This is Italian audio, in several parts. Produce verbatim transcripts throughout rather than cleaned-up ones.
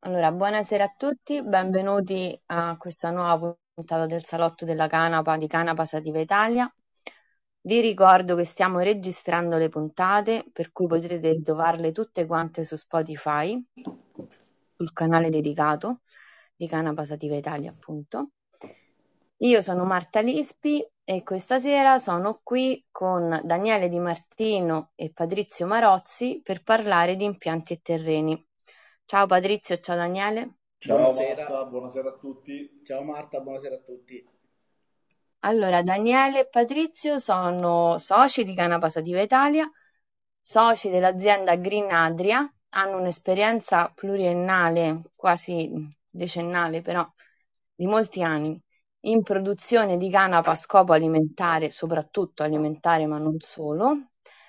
Allora, buonasera a tutti, benvenuti a questa nuova puntata del Salotto della Canapa di Canapa Sativa Italia. Vi ricordo che stiamo registrando le puntate, per cui potrete ritrovarle tutte quante su Spotify, sul canale dedicato di Canapa Sativa Italia, appunto. Io sono Marta Lispi e questa sera sono qui con Daniele Di Martino e Patrizio Marozzi per parlare di impianti e terreni. Ciao Patrizio, ciao Daniele. Ciao Buonasera. Marta, buonasera a tutti. Ciao Marta, buonasera a tutti. Allora, Daniele e Patrizio sono soci di Canapa Sativa Italia, soci dell'azienda Green Adria, hanno un'esperienza pluriennale, quasi decennale però, di molti anni, in produzione di canapa a scopo alimentare, soprattutto alimentare ma non solo,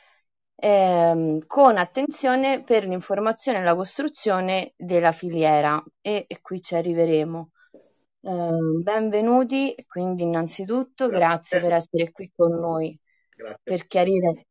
ehm, con attenzione per l'informazione e la costruzione della filiera e, e qui ci arriveremo. Eh, benvenuti, quindi innanzitutto grazie per Grazie. essere qui con noi Grazie. per chiarire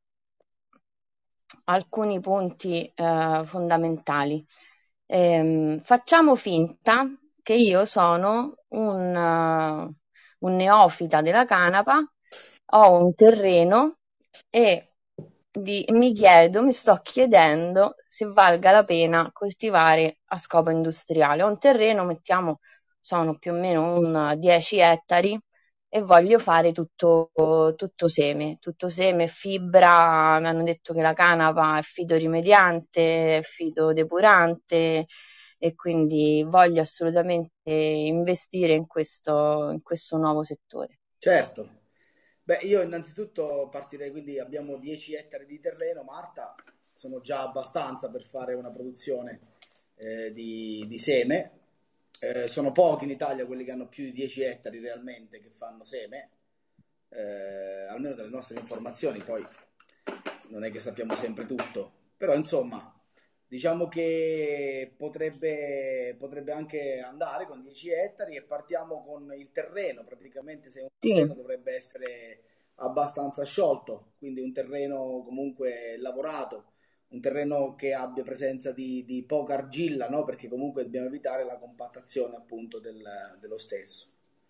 alcuni punti eh, fondamentali. Ehm, facciamo finta che io sono un, eh, un neofita della canapa, ho un terreno e di- mi chiedo, mi sto chiedendo se valga la pena coltivare a scopo industriale. Ho un terreno, mettiamo, sono più o meno un dieci ettari e voglio fare tutto, tutto seme, tutto seme, fibra, mi hanno detto che la canapa è fitorimediante, è fitodepurante e quindi voglio assolutamente investire in questo, in questo nuovo settore. Certo. Beh, io innanzitutto partirei, quindi abbiamo dieci ettari di terreno, Marta, sono già abbastanza per fare una produzione eh, di, di seme. Eh, sono pochi in Italia quelli che hanno più di dieci ettari realmente che fanno seme, eh, almeno dalle nostre informazioni, poi non è che sappiamo sempre tutto, però insomma diciamo che potrebbe, potrebbe anche andare con dieci ettari e partiamo con il terreno, praticamente se un terreno Sì, dovrebbe essere abbastanza sciolto, quindi un terreno comunque lavorato, un terreno che abbia presenza di, di poca argilla, no? Perché comunque dobbiamo evitare la compattazione appunto del, dello stesso.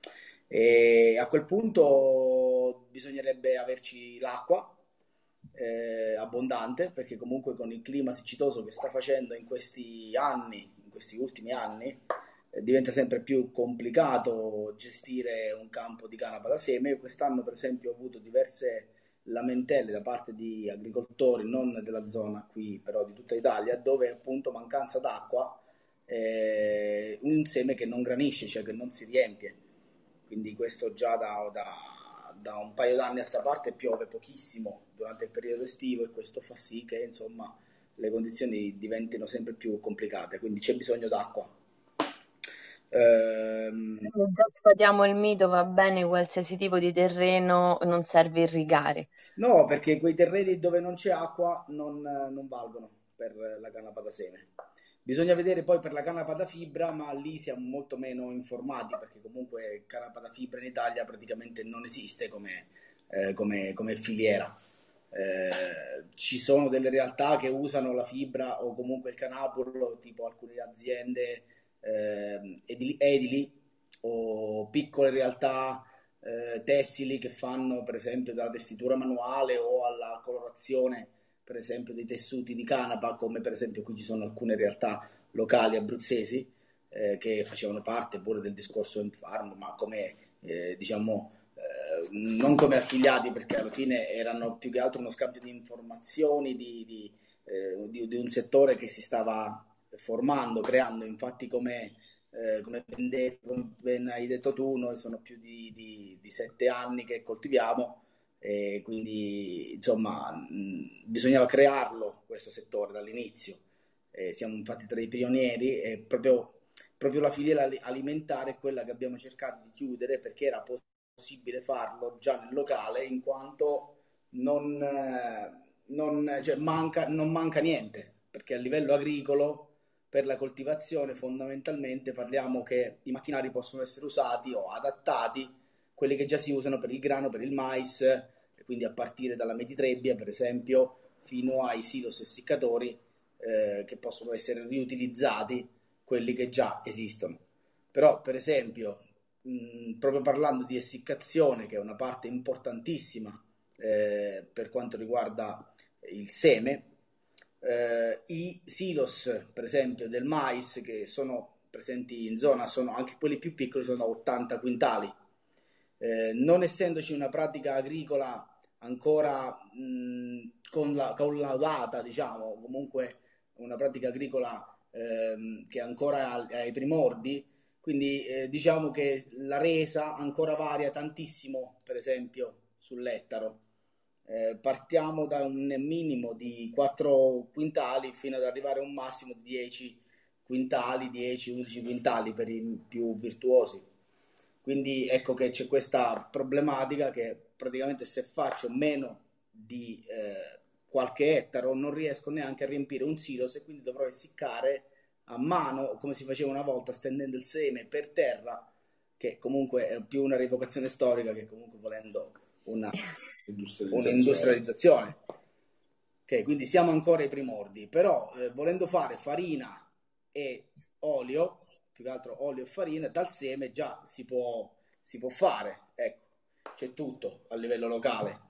E a quel punto bisognerebbe averci l'acqua eh, abbondante, perché comunque con il clima siccitoso che sta facendo in questi anni, in questi ultimi anni, eh, diventa sempre più complicato gestire un campo di canapa da seme. Io quest'anno per esempio ho avuto diverse lamentele da parte di agricoltori, non della zona qui, però di tutta Italia, dove appunto mancanza d'acqua, eh, un seme che non granisce, cioè che non si riempie. Quindi questo già da, da, da un paio d'anni a sta parte piove pochissimo durante il periodo estivo e questo fa sì che insomma le condizioni diventino sempre più complicate, quindi c'è bisogno d'acqua. Ehm, quindi già sfatiamo il mito, va bene, qualsiasi tipo di terreno non serve irrigare. No, perché quei terreni dove non c'è acqua non, non valgono per la canapa da seme. Bisogna vedere poi per la canapa da fibra, ma lì siamo molto meno informati perché comunque canapa da fibra in Italia praticamente non esiste come, eh, come- come filiera. Eh, ci sono delle realtà che usano la fibra o comunque il canapolo, tipo alcune aziende eh, edili, edili o piccole realtà eh, tessili che fanno per esempio dalla tessitura manuale o alla colorazione per esempio dei tessuti di canapa, come per esempio qui ci sono alcune realtà locali abruzzesi eh, che facevano parte pure del discorso Farm, ma come eh, diciamo eh, non come affiliati perché alla fine erano più che altro uno scambio di informazioni di, di, eh, di, di un settore che si stava formando, creando, infatti come eh, come ben, detto, come ben hai detto tu, noi sono più di, di, di sette anni che coltiviamo e quindi insomma mh, bisognava crearlo questo settore dall'inizio. Eh, siamo infatti tra i pionieri e proprio, proprio la filiera alimentare è quella che abbiamo cercato di chiudere perché era possibile farlo già nel locale in quanto non, eh, non, cioè, manca, non manca niente perché a livello agricolo per la coltivazione fondamentalmente parliamo che i macchinari possono essere usati o adattati, quelli che già si usano per il grano, per il mais, e quindi a partire dalla meditrebbia per esempio fino ai silos essiccatori eh, che possono essere riutilizzati quelli che già esistono. Però, per esempio, mh, proprio parlando di essiccazione, che è una parte importantissima eh, per quanto riguarda il seme, eh, i silos, per esempio, del mais che sono presenti in zona, sono anche quelli più piccoli, sono ottanta quintali. Eh, non essendoci una pratica agricola ancora mh, con la, collaudata, diciamo, comunque una pratica agricola ehm, che è ancora ai primordi, quindi eh, diciamo che la resa ancora varia tantissimo, per esempio, sull'ettaro. Eh, partiamo da un minimo di quattro quintali fino ad arrivare a un massimo di dieci quintali, dieci undici quintali per i più virtuosi. Quindi ecco che c'è questa problematica che praticamente se faccio meno di eh, qualche ettaro non riesco neanche a riempire un silos e quindi dovrò essiccare a mano, come si faceva una volta, stendendo il seme per terra, che comunque è più una rievocazione storica che comunque volendo una Industrializzazione. un'industrializzazione. Ok, quindi siamo ancora ai primordi, però eh, volendo fare farina e olio, più che altro olio e farina, dal seme già si può, si può fare, ecco, c'è tutto a livello locale.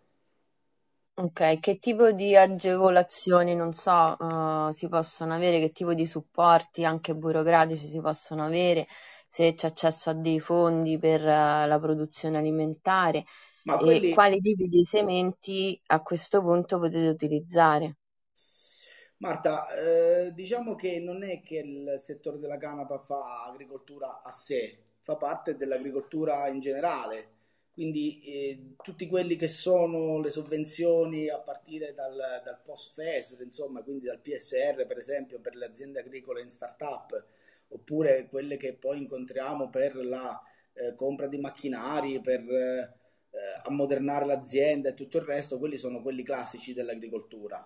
Ok, che tipo di agevolazioni, non so, eh, si possono avere, che tipo di supporti anche burocratici si possono avere, se c'è accesso a dei fondi per eh, la produzione alimentare Ma e quelli, quali tipi di sementi a questo punto potete utilizzare. Marta, eh, diciamo che non è che il settore della canapa fa agricoltura a sé, fa parte dell'agricoltura in generale, quindi eh, tutti quelli che sono le sovvenzioni a partire dal, dal post-FESR, insomma, quindi dal P S R per esempio per le aziende agricole in start-up, oppure quelle che poi incontriamo per la eh, compra di macchinari, per eh, ammodernare l'azienda e tutto il resto, quelli sono quelli classici dell'agricoltura.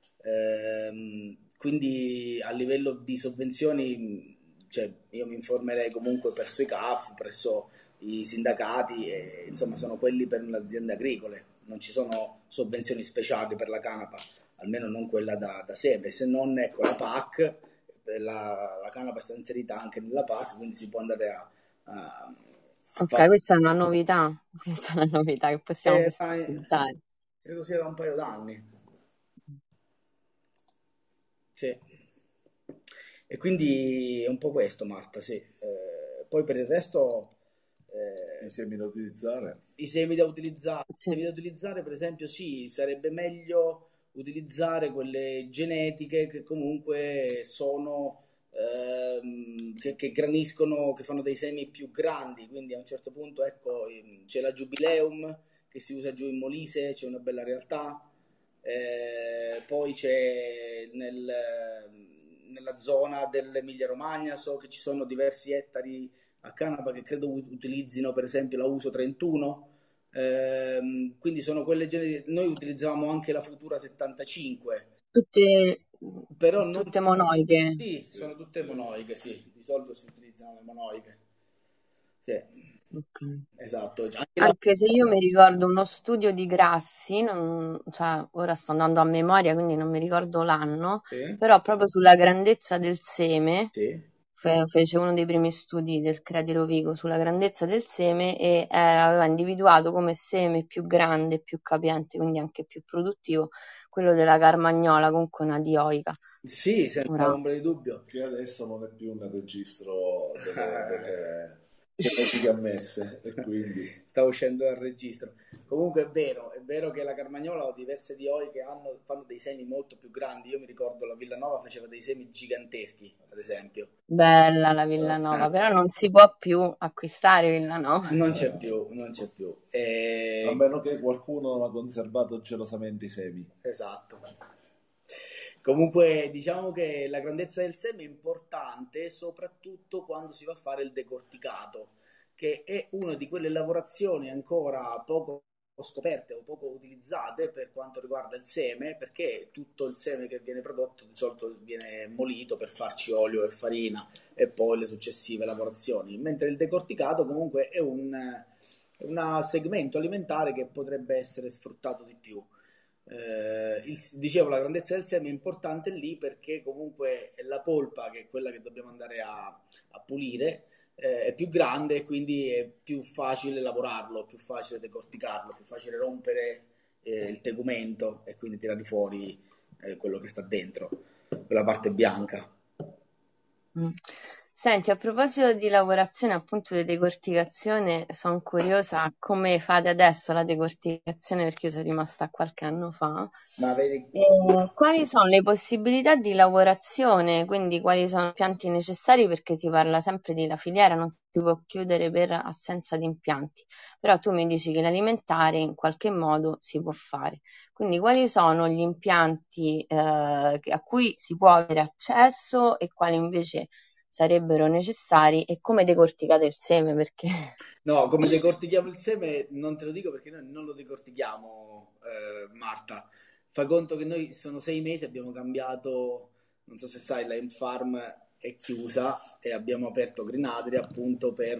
Ehm, quindi a livello di sovvenzioni, cioè, io mi informerei comunque presso i C A F, presso i sindacati, e, insomma sono quelli per le aziende agricole, non ci sono sovvenzioni speciali per la canapa, almeno non quella da, da seme, se non ecco la P A C, la, la canapa sta inserita anche nella P A C, quindi si può andare a, a, a Ok, fare... questa è una novità, questa è una novità che possiamo Eh, ma, eh, festeggiare. credo sia da un paio d'anni. Sì. E quindi è un po' questo, Marta, sì. Eh, poi per il resto, I eh, semi da utilizzare. i semi da utilizzare, Sì. semi da utilizzare, per esempio, sì, sarebbe meglio utilizzare quelle genetiche che comunque sono, ehm, che, che graniscono, che fanno dei semi più grandi, quindi a un certo punto, ecco, ehm, c'è la Jubileum che si usa giù in Molise, c'è una bella realtà. Eh, poi c'è nel, nella zona dell'Emilia Romagna, so che ci sono diversi ettari a canapa che credo utilizzino per esempio la Uso trentuno, ehm, quindi sono quelle generi. Noi utilizzavamo anche la Futura settantacinque, Tutte, però non tutte monoiche. sì, sono tutte monoiche, sì, di solito si utilizzano le monoiche. Sì, Ok. esatto. Anche la... Anche se io mi ricordo uno studio di Grassi, non- cioè ora sto andando a memoria, quindi non mi ricordo l'anno, Sì, però proprio sulla grandezza del seme, sì. fe- fece uno dei primi studi del Credi Rovigo sulla grandezza del seme e era- aveva individuato come seme più grande, più capiente, quindi anche più produttivo, quello della carmagnola, comunque una dioica. Sì, senza Ora, ombra di dubbio. Che adesso non è più nel registro delle, delle genetiche ammesse e quindi Sta uscendo dal registro. Comunque è vero, è vero che la Carmagnola o diverse dioi che hanno, fanno dei semi molto più grandi. Io mi ricordo la Villanova faceva dei semi giganteschi, ad esempio. bella la Eh, Villanova, però non si può più acquistare Villanova. non c'è eh, più, non c'è più. a E... meno che qualcuno non ha conservato gelosamente i semi. Esatto. Comunque diciamo che la grandezza del seme è importante soprattutto quando si va a fare il decorticato, che è una di quelle lavorazioni ancora poco scoperte o poco utilizzate per quanto riguarda il seme, perché tutto il seme che viene prodotto di solito viene molito per farci olio e farina e poi le successive lavorazioni, mentre il decorticato comunque è un, un segmento alimentare che potrebbe essere sfruttato di più. Eh, il- dicevo, la grandezza del seme è importante lì perché comunque la polpa, che è quella che dobbiamo andare a, a pulire, eh, è più grande e quindi è più facile lavorarlo, più facile decorticarlo, più facile rompere eh, il tegumento e quindi tirare fuori eh, quello che sta dentro, quella parte bianca. Mm. Senti, a proposito di lavorazione, appunto di decorticazione, sono curiosa come fate adesso la decorticazione perché io sono rimasta qualche anno fa. Ma vedi, E quali sono le possibilità di lavorazione? Quindi quali sono i impianti necessari? Perché si parla sempre di la filiera, non si può chiudere per assenza di impianti. Però tu mi dici che l'alimentare in qualche modo si può fare. Quindi quali sono gli impianti eh, che- a cui si può avere accesso e quali invece sarebbero necessari e come decorticate il seme? Perché no, come decortichiamo il seme non te lo dico perché noi non lo decortichiamo, eh, Marta. Fai conto che noi sono sei mesi, abbiamo cambiato, non so se sai, la Hemp Farm è chiusa e abbiamo aperto Green Adria appunto per,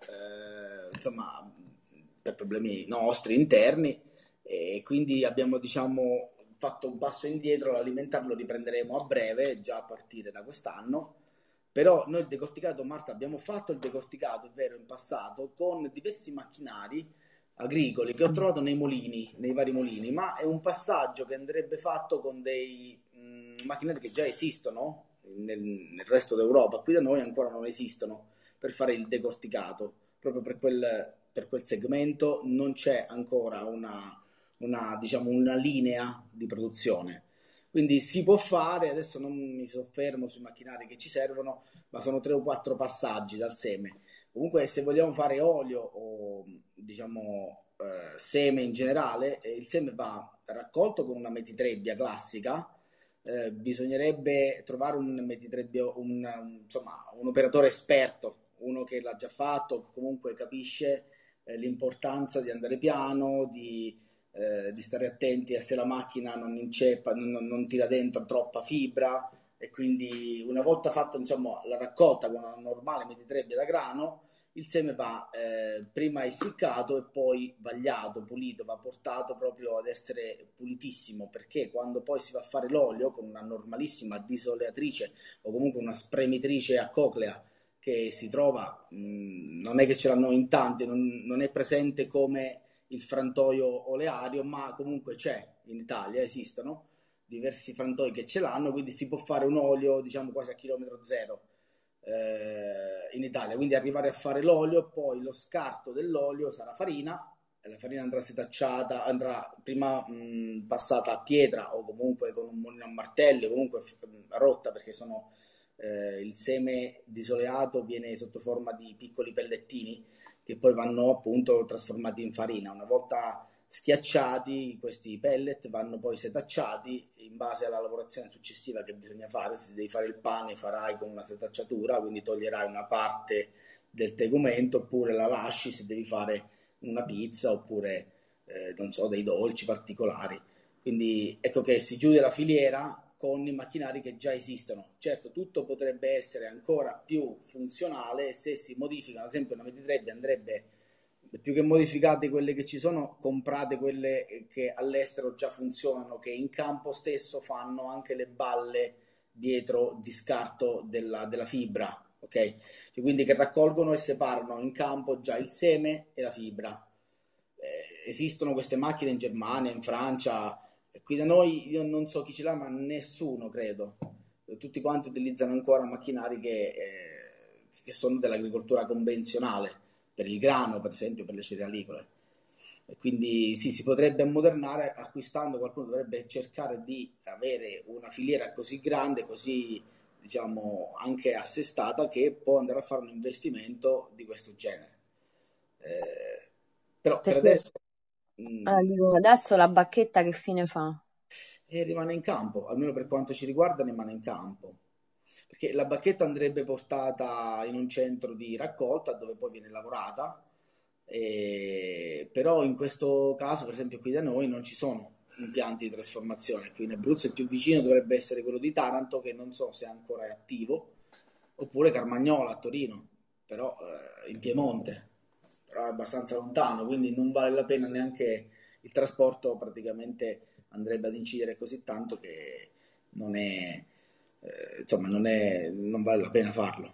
eh, insomma, per problemi nostri interni e quindi abbiamo, diciamo, fatto un passo indietro, l'alimentare lo riprenderemo a breve, già a partire da quest'anno. Però noi il decorticato, Marta, abbiamo fatto il decorticato, è vero, in passato, con diversi macchinari agricoli che ho trovato nei mulini, nei vari mulini, ma è un passaggio che andrebbe fatto con dei mh, macchinari che già esistono nel, nel resto d'Europa, qui da noi ancora non esistono per fare il decorticato, proprio per quel, per quel segmento non c'è ancora una, una, diciamo, una linea di produzione. Quindi si può fare, adesso non mi soffermo sui macchinari che ci servono, ma sono tre o quattro passaggi dal seme. Comunque, se vogliamo fare olio o diciamo eh, seme in generale, eh, il seme va raccolto con una metitrebbia classica. Eh, bisognerebbe trovare un metitrebbio, un, un- insomma, un operatore esperto, uno che l'ha già fatto, comunque capisce eh, l'importanza di andare piano, di eh, di stare attenti a se la macchina non inceppa, non, non tira dentro troppa fibra e quindi una volta fatta insomma la raccolta con una normale metitrebbia da grano, il seme va eh, prima essiccato e poi vagliato, pulito, va portato proprio ad essere pulitissimo perché quando poi si va a fare l'olio con una normalissima disoleatrice o comunque una spremitrice a coclea che si trova, mh, non è che ce l'hanno in tanti, non, non è presente come il frantoio oleario, ma comunque c'è in Italia, esistono diversi frantoi che ce l'hanno, quindi si può fare un olio diciamo quasi a chilometro zero eh, in Italia, quindi arrivare a fare l'olio, poi lo scarto dell'olio sarà farina, e la farina andrà setacciata, andrà prima mh, passata a pietra o comunque con un mulino a martello, comunque mh, rotta perché sono eh, il seme disoleato viene sotto forma di piccoli pellettini che poi vanno appunto trasformati in farina. Una volta schiacciati, questi pellet vanno poi setacciati in base alla lavorazione successiva che bisogna fare. Se devi fare il pane, farai con una setacciatura, quindi toglierai una parte del tegumento, oppure la lasci se devi fare una pizza oppure eh, non so, dei dolci particolari. Quindi ecco che si chiude la filiera con i macchinari che già esistono. Certo, tutto potrebbe essere ancora più funzionale se si modificano, ad esempio una metitrebbia andrebbe più che modificate quelle che ci sono, comprate quelle che all'estero già funzionano, che in campo stesso fanno anche le balle dietro di scarto della, della fibra, ok? Cioè, quindi che raccolgono e separano in campo già il seme e la fibra. Eh, esistono queste macchine in Germania, in Francia, e qui da noi io non so chi ce l'ha, ma nessuno credo. Tutti quanti utilizzano ancora macchinari che, eh, che sono dell'agricoltura convenzionale, per il grano, per esempio, per le cerealicole. E quindi sì, si potrebbe ammodernare acquistando, qualcuno dovrebbe cercare di avere una filiera così grande, così diciamo anche assestata, che può andare a fare un investimento di questo genere. Eh, però per perché adesso mh, eh, dico, adesso la bacchetta che fine fa? e rimane in campo, almeno per quanto ci riguarda rimane in campo, perché la bacchetta andrebbe portata in un centro di raccolta dove poi viene lavorata, e- però in questo caso, per esempio qui da noi, non ci sono impianti di trasformazione, qui in Abruzzo il più vicino dovrebbe essere quello di Taranto, che non so se ancora è attivo, oppure Carmagnola a Torino, però eh, in Piemonte, però è abbastanza lontano, quindi non vale la pena neanche il trasporto praticamente andrebbe ad incidere così tanto che non è, eh, insomma, non è, non vale la pena farlo.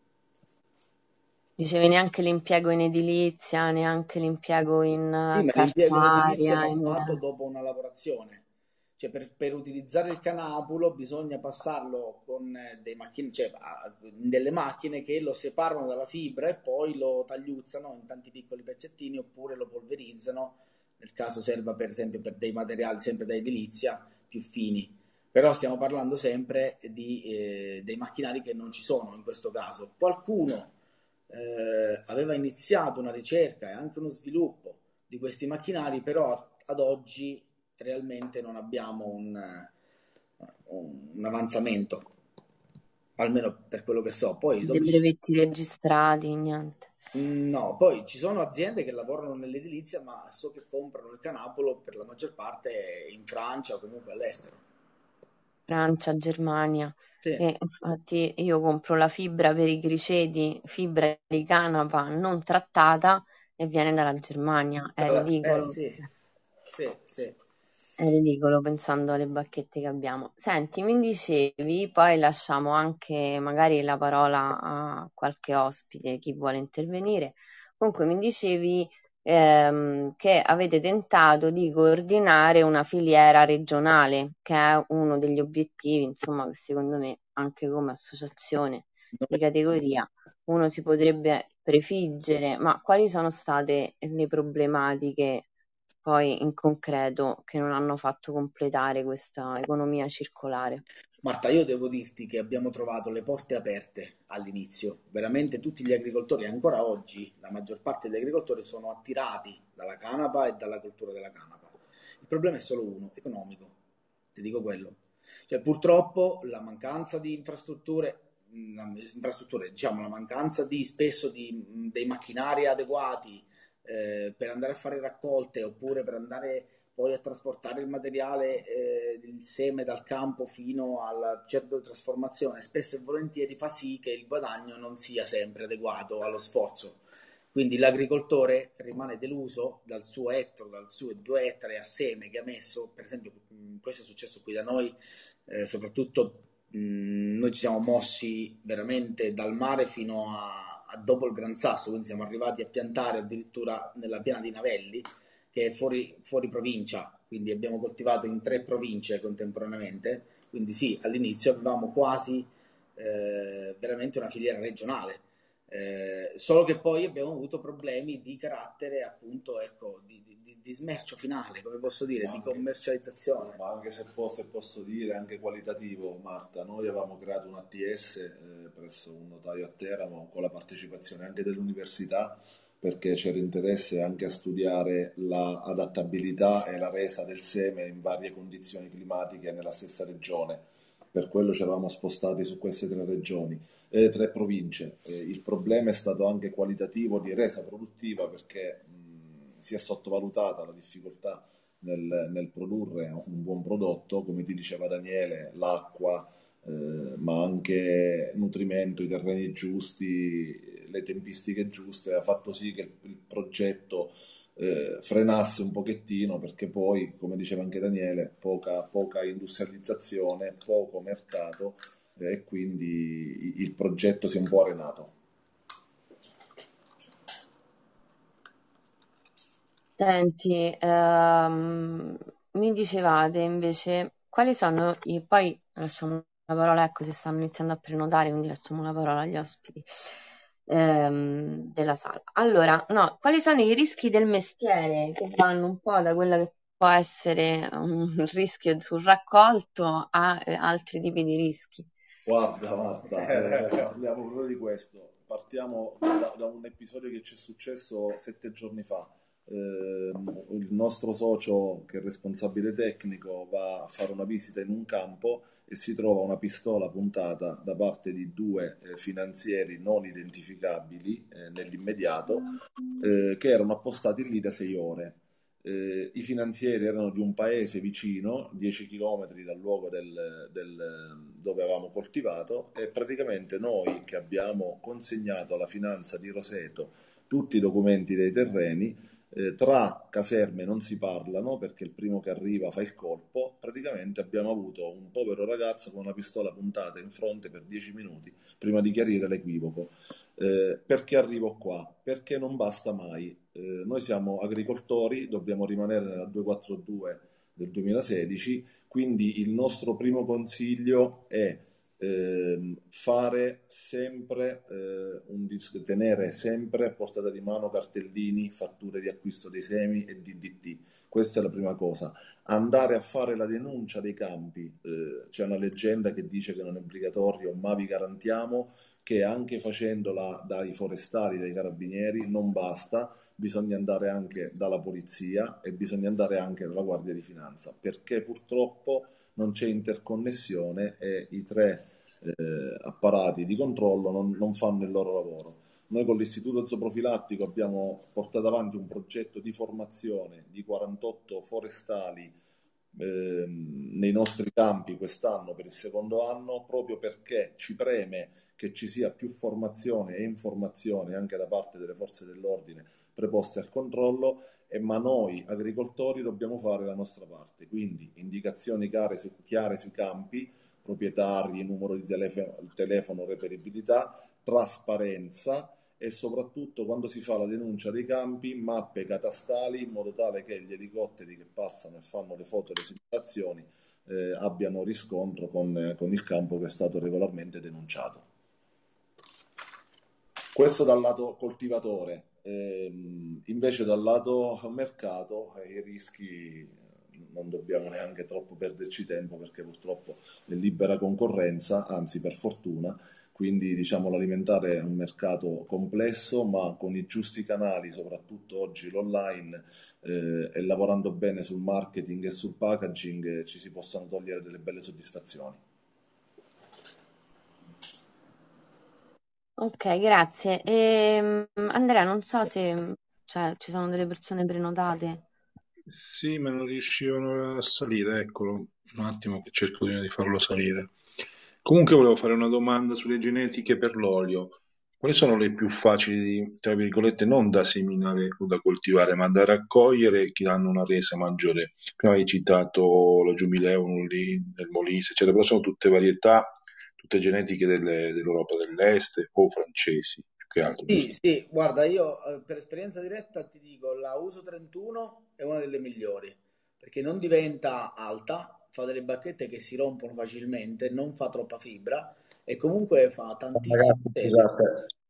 Dicevi neanche l'impiego in edilizia, neanche l'impiego in Sì, eh, ma l'impiego in edilizia cartaria, va in... fatto dopo una lavorazione. Cioè, per, per utilizzare il canapulo bisogna passarlo con eh, dei macchine, cioè, a- delle macchine che lo separano dalla fibra e poi lo tagliuzzano in tanti piccoli pezzettini oppure lo polverizzano, nel caso serva per esempio per dei materiali sempre da edilizia più fini. Però stiamo parlando sempre di, eh, dei macchinari che non ci sono in questo caso. Qualcuno eh, aveva iniziato una ricerca e anche uno sviluppo di questi macchinari, però ad oggi realmente non abbiamo un, un, un avanzamento, almeno per quello che so. Poi dei dove ci... brevetti registrati, niente. No, poi ci sono aziende che lavorano nell'edilizia, ma so che comprano il canapolo per la maggior parte in Francia o comunque all'estero. Francia, Germania. Sì. E infatti io compro la fibra per i criceti, fibra di canapa non trattata e viene dalla Germania. È Eh ridicolo. sì, sì, sì. È ridicolo pensando alle bacchette che abbiamo. Senti, mi dicevi, poi lasciamo anche magari la parola a qualche ospite, chi vuole intervenire. Comunque mi dicevi ehm, che avete tentato di coordinare una filiera regionale, che è uno degli obiettivi, insomma, che secondo me anche come associazione di categoria uno si potrebbe prefiggere, ma quali sono state le problematiche poi in concreto che non hanno fatto completare questa economia circolare? Marta, io devo dirti che abbiamo trovato le porte aperte all'inizio. Veramente tutti gli agricoltori, ancora oggi, la maggior parte degli agricoltori sono attirati dalla canapa e dalla cultura della canapa. Il problema è solo uno, economico. Ti dico quello. Cioè, purtroppo la mancanza di infrastrutture, mh, la- infrastrutture, diciamo, la mancanza di spesso di, mh, dei macchinari adeguati eh, per andare a fare raccolte oppure per andare poi a trasportare il materiale, eh, il seme dal campo fino al centro di trasformazione, spesso e volentieri fa sì che il guadagno non sia sempre adeguato allo sforzo. Quindi l'agricoltore rimane deluso dal suo ettaro, dal suo due ettari a seme che ha messo, per esempio mh, questo è successo qui da noi, eh, soprattutto mh, noi ci siamo mossi veramente dal mare fino a, a dopo il Gran Sasso, quindi siamo arrivati a piantare addirittura nella piana di Navelli, che è fuori, fuori provincia, quindi abbiamo coltivato in tre province contemporaneamente, quindi sì, all'inizio avevamo quasi eh, veramente una filiera regionale. Eh, solo che poi abbiamo avuto problemi di carattere, appunto, ecco, di, di, di smercio finale, come posso dire, Ma di anche, commercializzazione. ma anche se posso, se posso dire, anche qualitativo, Marta, noi avevamo creato un A T S eh, presso un notaio a Teramo con la partecipazione anche dell'università perché c'era interesse anche a studiare la adattabilità e la resa del seme in varie condizioni climatiche nella stessa regione. Per quello ci eravamo spostati su queste tre regioni, eh, tre province. Eh, il problema è stato anche qualitativo di resa produttiva perché mh, si è sottovalutata la difficoltà nel, nel produrre un buon prodotto, come ti diceva Daniele, l'acqua, eh, ma anche nutrimento, i terreni giusti, le tempistiche giuste, ha fatto sì che il, il progetto eh, frenasse un pochettino perché poi, come diceva anche Daniele, poca, poca industrializzazione, poco mercato eh, e quindi il progetto si è un po' arenato. Senti, ehm, mi dicevate invece quali sono i... Poi lasciamo la parola, ecco, si stanno iniziando a prenotare, quindi lasciamo la parola agli ospiti ehm, della sala. Allora, no, quali sono i rischi del mestiere che vanno un po' da quella che può essere un rischio sul raccolto a eh, altri tipi di rischi? Guarda Marta, eh, parliamo proprio di questo. Partiamo da, da un episodio che ci è successo sette giorni fa. Eh, il nostro socio, che è responsabile tecnico, va a fare una visita in un campo e si trova una pistola puntata da parte di due eh, finanzieri non identificabili eh, nell'immediato, eh, che erano appostati lì da sei ore. Eh, I finanzieri erano di un paese vicino, dieci chilometri dal luogo del, del- dove avevamo coltivato e praticamente noi che abbiamo consegnato alla finanza di Roseto tutti i documenti dei terreni, Eh, tra caserme non si parlano perché il primo che arriva fa il colpo. Praticamente abbiamo avuto un povero ragazzo con una pistola puntata in fronte per dieci minuti prima di chiarire l'equivoco. Eh, perché arrivo qua? Perché non basta mai. Eh, noi siamo agricoltori, dobbiamo rimanere nella duecentoquarantadue del duemilasedici, quindi il nostro primo consiglio è ehm, fare sempre eh, un dis- tenere sempre a portata di mano cartellini, fatture di acquisto dei semi e D D T. Questa è la prima cosa. Andare a fare la denuncia dei campi. Eh, c'è una leggenda che dice che non è obbligatorio, ma vi garantiamo che anche facendola dai forestali, dai carabinieri, non basta, bisogna andare anche dalla polizia e bisogna andare anche dalla Guardia di Finanza, perché purtroppo non c'è interconnessione e i tre eh, apparati di controllo non, non fanno il loro lavoro. Noi con l'Istituto Zooprofilattico abbiamo portato avanti un progetto di formazione di quarantotto forestali ehm, nei nostri campi quest'anno per il secondo anno, proprio perché ci preme che ci sia più formazione e informazione anche da parte delle forze dell'ordine preposte al controllo, e ma noi agricoltori dobbiamo fare la nostra parte, quindi indicazioni chiare, su, chiare sui campi, proprietari, numero di telefono, telefono, reperibilità, trasparenza e soprattutto quando si fa la denuncia dei campi, mappe catastali in modo tale che gli elicotteri che passano e fanno le foto e le segnalazioni eh, abbiano riscontro con, eh, con il campo che è stato regolarmente denunciato. Questo dal lato coltivatore. Ehm, invece dal lato mercato eh, i rischi non dobbiamo neanche troppo perderci tempo perché purtroppo è libera concorrenza, anzi per fortuna, quindi diciamo l'alimentare è un mercato complesso ma con i giusti canali, soprattutto oggi l'online eh, e lavorando bene sul marketing e sul packaging eh, ci si possono togliere delle belle soddisfazioni. Ok, grazie. Ehm, Andrea, non so se cioè, ci sono delle persone prenotate. Sì, ma non riuscivano a salire, eccolo, un attimo che cerco di farlo salire. Comunque volevo fare una domanda sulle genetiche per l'olio. Quali sono le più facili, tra virgolette, non da seminare o da coltivare, ma da raccogliere che hanno una resa maggiore? Prima hai citato la Giubileo, lì, nel Molise, eccetera, però sono tutte varietà, tutte genetiche delle- dell'Europa dell'Est o francesi, più che altro, Sì, giusto? sì, guarda, io eh, per esperienza diretta ti dico, la uso trentuno è una delle migliori, perché non diventa alta, fa delle bacchette che si rompono facilmente, non fa troppa fibra e comunque fa tantissimi Ragazzi, semi. scusate.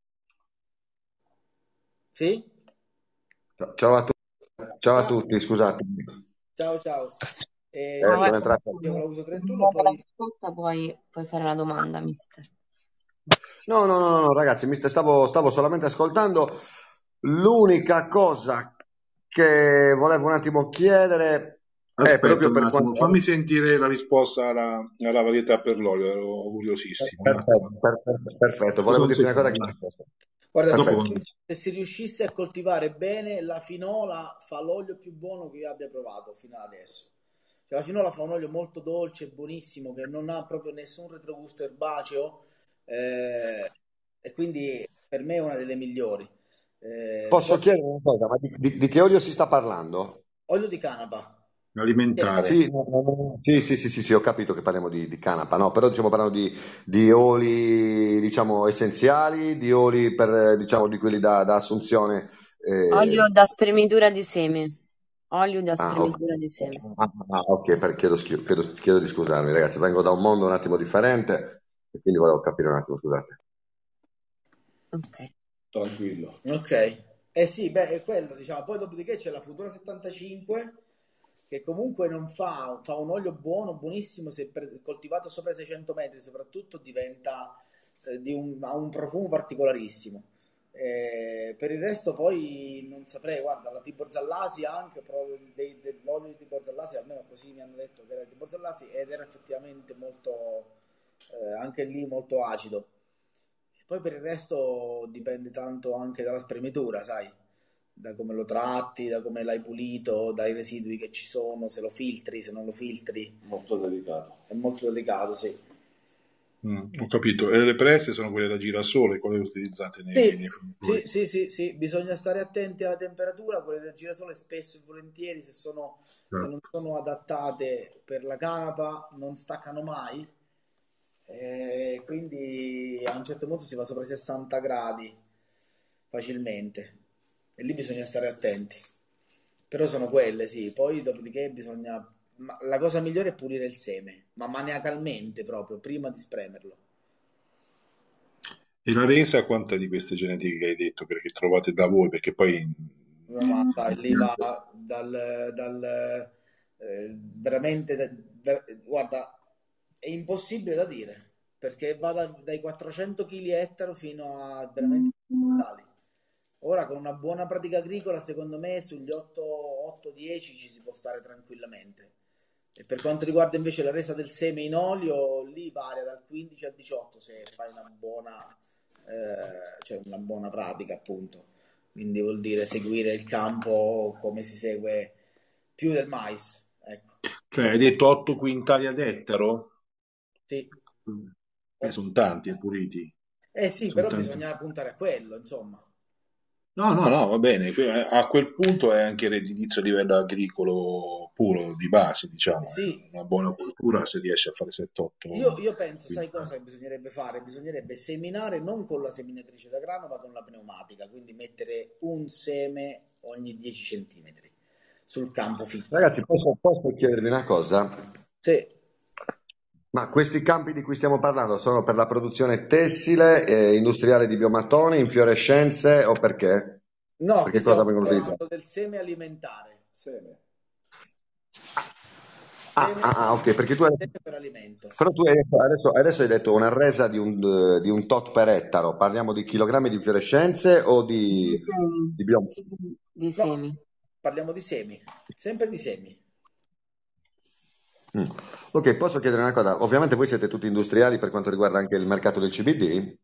Sì? Ciao a, tu- ciao a Ciao, tutti, scusate. ciao, ciao. Eh, No, Eh, sì, vai- sono entrato. io la quando uso quando trentuno, date la poi risposta puoi, puoi fare la domanda, mister. No, no, no, no, ragazzi, mi sta- stavo, stavo solamente ascoltando. L'unica cosa che volevo un attimo chiedere è Aspetta proprio un per attimo, quanto... fammi sentire la risposta alla, alla varietà per l'olio, ero curiosissimo, un attimo. Perfetto, perfetto, perfetto. Scusa Volevo un dirti una cosa che... secondo, eh. guarda, se Dopo Perfetto. quando... se si riuscisse a coltivare bene, la finola fa l'olio più buono che io abbia provato fino ad adesso. Cioè, la finola fa un olio molto dolce, buonissimo, che non ha proprio nessun retrogusto erbaceo, eh, e quindi per me è una delle migliori. Eh, poi, Posso chiedere una cosa, ma di, di- di che olio si sta parlando? olio di canapa. alimentare. Sì, no, no, no, sì, sì, sì, sì, sì, ho capito che parliamo di, di canapa, no, però diciamo parlando di, di oli, diciamo, essenziali, di oli per, eh, diciamo, di quelli da, da assunzione. Olio eh, da spremitura di seme. Olio da ah, ok. spremitura di seme. Ah, ah, ok, per- chiedo, schi- chiedo, chiedo di scusarmi, ragazzi, vengo da un mondo un attimo differente e quindi volevo capire un attimo, scusate. Ok. Tranquillo. Ok, eh sì, beh, è quello, diciamo. Poi dopodiché c'è la Futura settantacinque che comunque non fa, fa un olio buono, buonissimo, se per- coltivato sopra i seicento metri soprattutto diventa eh, di un, ha un profumo particolarissimo. Eh, per il resto poi non saprei, guarda, la Tibor Zallasi anche, però dei- dell'olio di Tibor Zallasi, almeno così mi hanno detto che era di Tibor Zallasi ed era effettivamente molto, eh, anche lì molto acido. Poi per il resto dipende tanto anche dalla spremitura, sai, da come lo tratti, da come l'hai pulito, dai residui che ci sono, se lo filtri, se non lo filtri. Molto delicato. È molto delicato, sì. Mm, ho capito. E le presse sono quelle da girasole, quelle utilizzate nei, nei Sì, fruttori. sì, sì, sì, sì, bisogna stare attenti alla temperatura, quelle del girasole spesso e volentieri se sono, se non sono adattate per la canapa non staccano mai, eh, quindi a un certo punto si va sopra i sessanta gradi facilmente e lì bisogna stare attenti. Però sono quelle, sì, poi dopodiché bisogna... ma la cosa migliore è pulire il seme, ma maniacalmente proprio, prima di spremerlo. E la resa, quanta di queste genetiche che hai detto, perché trovate da voi? Perché poi... No, ma dai, lì va dal, dal eh, veramente, da- ver- guarda, è impossibile da dire, perché va da- dai quattrocento chili ettaro fino a veramente tali. Ora con una buona pratica agricola, secondo me, sugli otto dieci ci si può stare tranquillamente. E per quanto riguarda invece la resa del seme in olio, lì varia dal quindici al diciotto se fai una buona, eh, cioè una buona pratica, appunto. Quindi vuol dire seguire il campo come si segue più del mais. Ecco, Cioè, hai detto otto quintali ad ettaro? sì. Mm. Eh, sono tanti, eh, puliti. Eh sì, Sono però tanti. bisogna puntare a quello, insomma. No, no, no, va bene. Que- A quel punto è anche redditizio a livello agricolo puro, di base, diciamo. Sì, È una buona cultura se riesce a fare sette otto io, io penso, sai quintali. cosa bisognerebbe fare? Bisognerebbe seminare non con la seminatrice da grano, ma con la pneumatica, quindi mettere un seme ogni dieci centimetri sul campo fitto. Ragazzi, posso, posso chiedervi una cosa? Sì, Ma questi campi di cui stiamo parlando sono per la produzione tessile, eh, industriale di biomattoni, infiorescenze o perché? no, Per qui che stiamo cosa vengono utilizzati? parlando del seme alimentare. Seme. Ah, Seme, ah, ah, ok, perché tu hai, seme per alimento. però tu hai detto- adesso, adesso hai detto una resa di un, eh, di un tot per ettaro. Parliamo di chilogrammi di infiorescenze o Di di, semi. di biomattoni? Di No, semi. parliamo di semi, sempre di semi. Mm. Ok, posso chiedere una cosa? Ovviamente voi siete tutti industriali per quanto riguarda anche il mercato del C B D?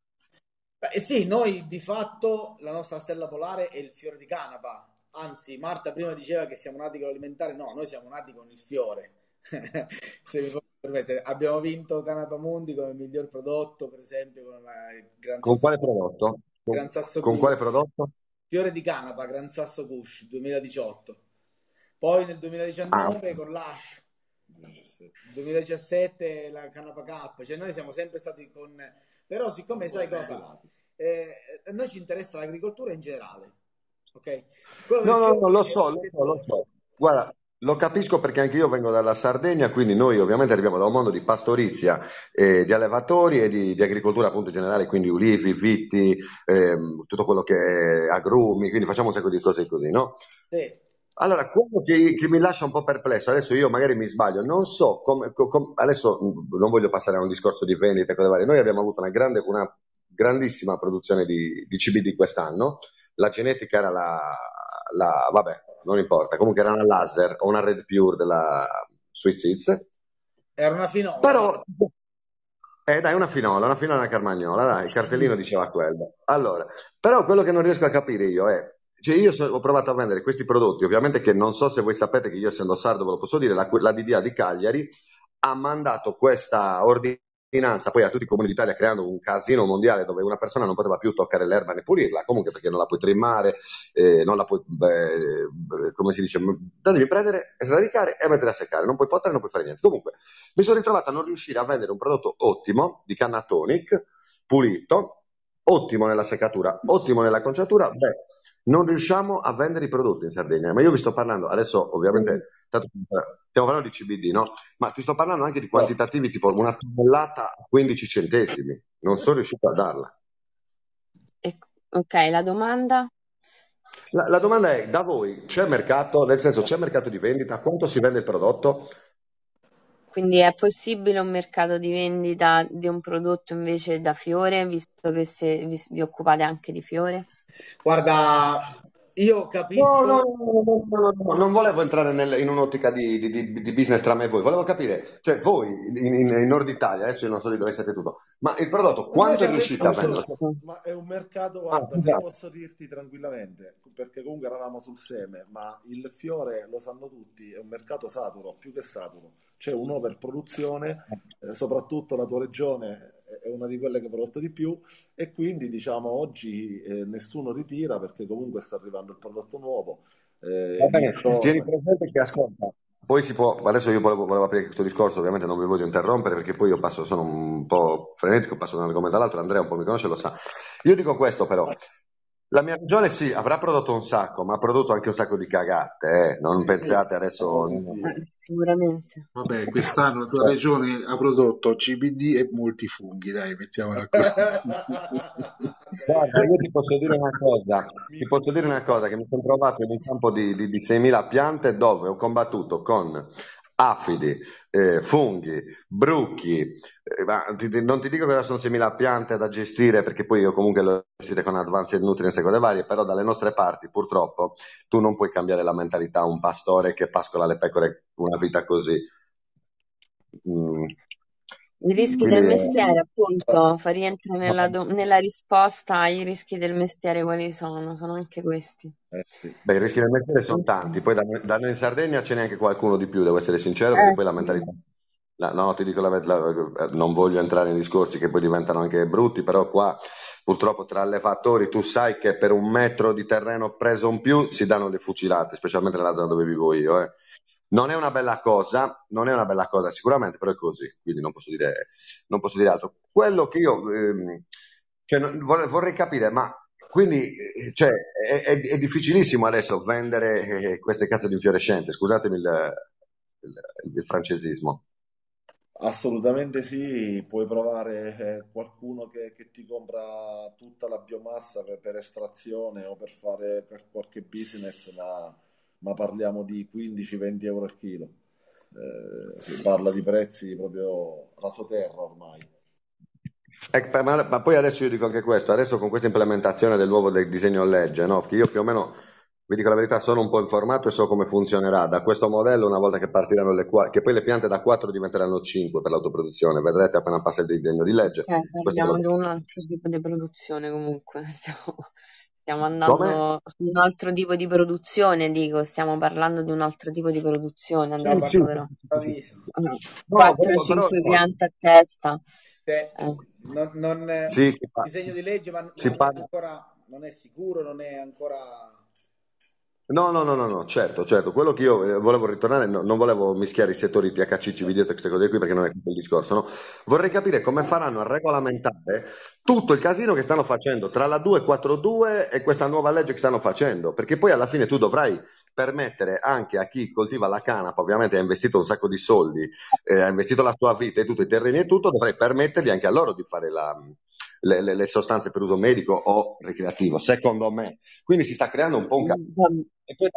Beh, sì, noi di fatto la nostra stella polare è il fiore di canapa. Anzi, Marta prima diceva che siamo nati con l'alimentare, no, noi siamo nati con il fiore. Se mi posso permettere, abbiamo vinto Canapa Mundi come miglior prodotto, per esempio, con la il Gran Con Sasso, quale prodotto? Con, Gran Sasso con Cush, quale prodotto? fiore di canapa, Gran Sasso Kush duemiladiciotto. Poi nel Ah, duemiladiciannove con l'Ash, duemiladiciassette. duemiladiciassette la Canapa Cup, cioè noi siamo sempre stati con... Però siccome sai cosa? Eh, a noi ci interessa l'agricoltura in generale, ok? Quello del no, no, no, fiore lo è so, un lo so, lo settore. so. Guarda, lo capisco perché anche io vengo dalla Sardegna, quindi noi ovviamente arriviamo da un mondo di pastorizia, e di allevatori e di, di agricoltura appunto in generale, quindi ulivi, vitti, ehm, tutto quello che è agrumi, quindi facciamo un sacco di cose così, no? Sì. Allora, quello che, che mi lascia un po' perplesso, adesso io magari mi sbaglio, non so come, co- com- adesso mh, non voglio passare a un discorso di vendita e cose varie, noi abbiamo avuto una grande, una grandissima produzione di, di C B D quest'anno, la genetica era la, la- vabbè, non importa, comunque era una laser o una Red Pure della Sweet Seeds, Era una finola, va. però, eh, dai, una finola, una finola, una carmagnola, dai, il cartellino diceva quello. Allora, però quello che non riesco a capire io è, cioè io so- ho provato a vendere questi prodotti, ovviamente che non so se voi sapete che io essendo sardo ve lo posso dire, la, la D D A di Cagliari ha mandato questa ordinanza poi a tutti i comuni d'Italia creando un casino mondiale dove una persona non poteva più toccare l'erba né pulirla, comunque perché non la puoi trimmare, eh, non la puoi, beh, come si dice, la devi prendere, sradicare e mettere a seccare, non puoi potere, non puoi fare niente. Comunque mi sono ritrovato a non riuscire a vendere un prodotto ottimo di canna tonic, pulito, ottimo nella seccatura, ottimo nella conciatura, beh, non riusciamo a vendere i prodotti in Sardegna, ma io vi sto parlando, adesso ovviamente, tanto, stiamo parlando di C B D, no? Ma ti sto parlando anche di quantitativi tipo una tonnellata a quindici centesimi, non sono riuscito a darla. E- ok, la domanda? La, la domanda è, da voi c'è mercato, nel senso c'è mercato di vendita, quanto si vende il prodotto? Quindi è possibile un mercato di vendita di un prodotto invece da fiore, visto che se vi, vi occupate anche di fiore? Guarda, io No, no, capisco. no, no, no, no, no, non volevo entrare nel- in un'ottica di, di- di- di business tra me e voi, volevo capire, cioè voi in, in- in Nord Italia, adesso io non so di dove siete tutto, ma il prodotto Ma noi quanto siamo in riuscite a vendere? frutta. Esatto. Ma è un mercato, Ah, guarda, se scusate. posso dirti tranquillamente, perché comunque eravamo sul seme, ma il fiore, lo sanno tutti, è un mercato saturo, più che saturo. C'è un'overproduzione, eh, soprattutto la tua regione è una di quelle che ha prodotto di più e quindi diciamo oggi eh, nessuno ritira perché comunque sta arrivando il prodotto nuovo. Va Eh, gli bene, tieni intorni. presente che ascolta, poi si può, adesso io volevo, volevo aprire questo discorso, ovviamente non vi voglio interrompere perché poi io passo, sono un po' frenetico, passo da un argomento all'altro, Andrea un po' mi conosce, lo sa. Io dico questo però, la mia regione sì, avrà prodotto un sacco, ma ha prodotto anche un sacco di cagate, eh. Non Sì, sì, pensate a adesso... volte sì. Eh, sicuramente. Vabbè, quest'anno la tua Cioè, regione ha prodotto C B D e molti funghi, dai, mettiamola così. guarda, io ti posso dire una cosa, ti Mi- posso dire una cosa, che mi sono trovato in un campo di, di, di seimila piante dove ho combattuto con afidi, eh, funghi, bruchi, eh, ma ti- ti- non ti dico che sono seimila piante da gestire perché poi io comunque lo gestite con Advanced Nutrients e cose varie, però dalle nostre parti purtroppo tu non puoi cambiare la mentalità a un pastore che pascola le pecore una vita così. Mm, I rischi quindi del eh, mestiere, appunto, fa rientrare nella, do- nella risposta i rischi del mestiere quali sono? Sono anche questi. eh, sì. beh, i rischi del mestiere sono tanti, Ok. poi da noi, da noi in Sardegna ce n'è anche qualcuno di più, devo essere sincero, perché Eh poi la sì, mentalità... la- no, ti dico la verità, non voglio entrare in discorsi che poi diventano anche brutti, però qua purtroppo tra allevatori tu sai che per un metro di terreno preso in più si danno le fucilate, specialmente nella zona dove vivo io. eh. Non è una bella cosa, non è una bella cosa sicuramente, però è così, quindi non posso dire, non posso dire altro. Quello che io ehm, cioè, non- vorrei, vorrei capire, ma quindi eh, cioè, è, è- è difficilissimo adesso vendere eh, queste cazzo di infiorescenze, scusatemi il, il- il francesismo. Assolutamente sì, puoi provare eh, qualcuno che, che ti compra tutta la biomassa per, per estrazione o per fare per qualche business, ma, ma parliamo di quindici venti euro al chilo. Eh, si parla di prezzi proprio rasoterra ormai. Eh, ma, ma poi adesso io dico anche questo, adesso con questa implementazione del nuovo del disegno legge, no? Che io più o meno, vi dico la verità, sono un po' informato e so come funzionerà. Da questo modello, una volta che partiranno le quattro, che poi le piante da quattro diventeranno cinque per l'autoproduzione, vedrete appena passa il disegno di legge. ok, Questo parliamo di dovrebbe- un altro tipo di produzione comunque. Stiamo, stiamo Come? andando su un altro tipo di produzione, dico, stiamo parlando di un altro tipo di produzione Stiamo Sì, sì, adesso sì, però. parlando sì, sì, sì. bravissimo. No, però, però, quattro cinque no, piante a testa. Te- Eh. non, non, eh, sì, si, il pa- disegno di legge, ma, ma si non è parla. ancora, non è sicuro, non è ancora... No, no, no, no, no, certo, certo. Quello che io eh, volevo ritornare, no- non volevo mischiare i settori T H C, C V D e queste cose qui perché non è questo il discorso, no? Vorrei capire come faranno a regolamentare tutto il casino che stanno facendo tra la duecentoquarantadue e questa nuova legge che stanno facendo, perché poi alla fine tu dovrai permettere anche a chi coltiva la canapa, ovviamente ha investito un sacco di soldi, eh, ha investito la sua vita e tutto, i terreni e tutto, dovrai permettergli anche a loro di fare la- le, le- le sostanze per uso medico o ricreativo, secondo me. Quindi si sta creando un po' un casino. Va- E poi,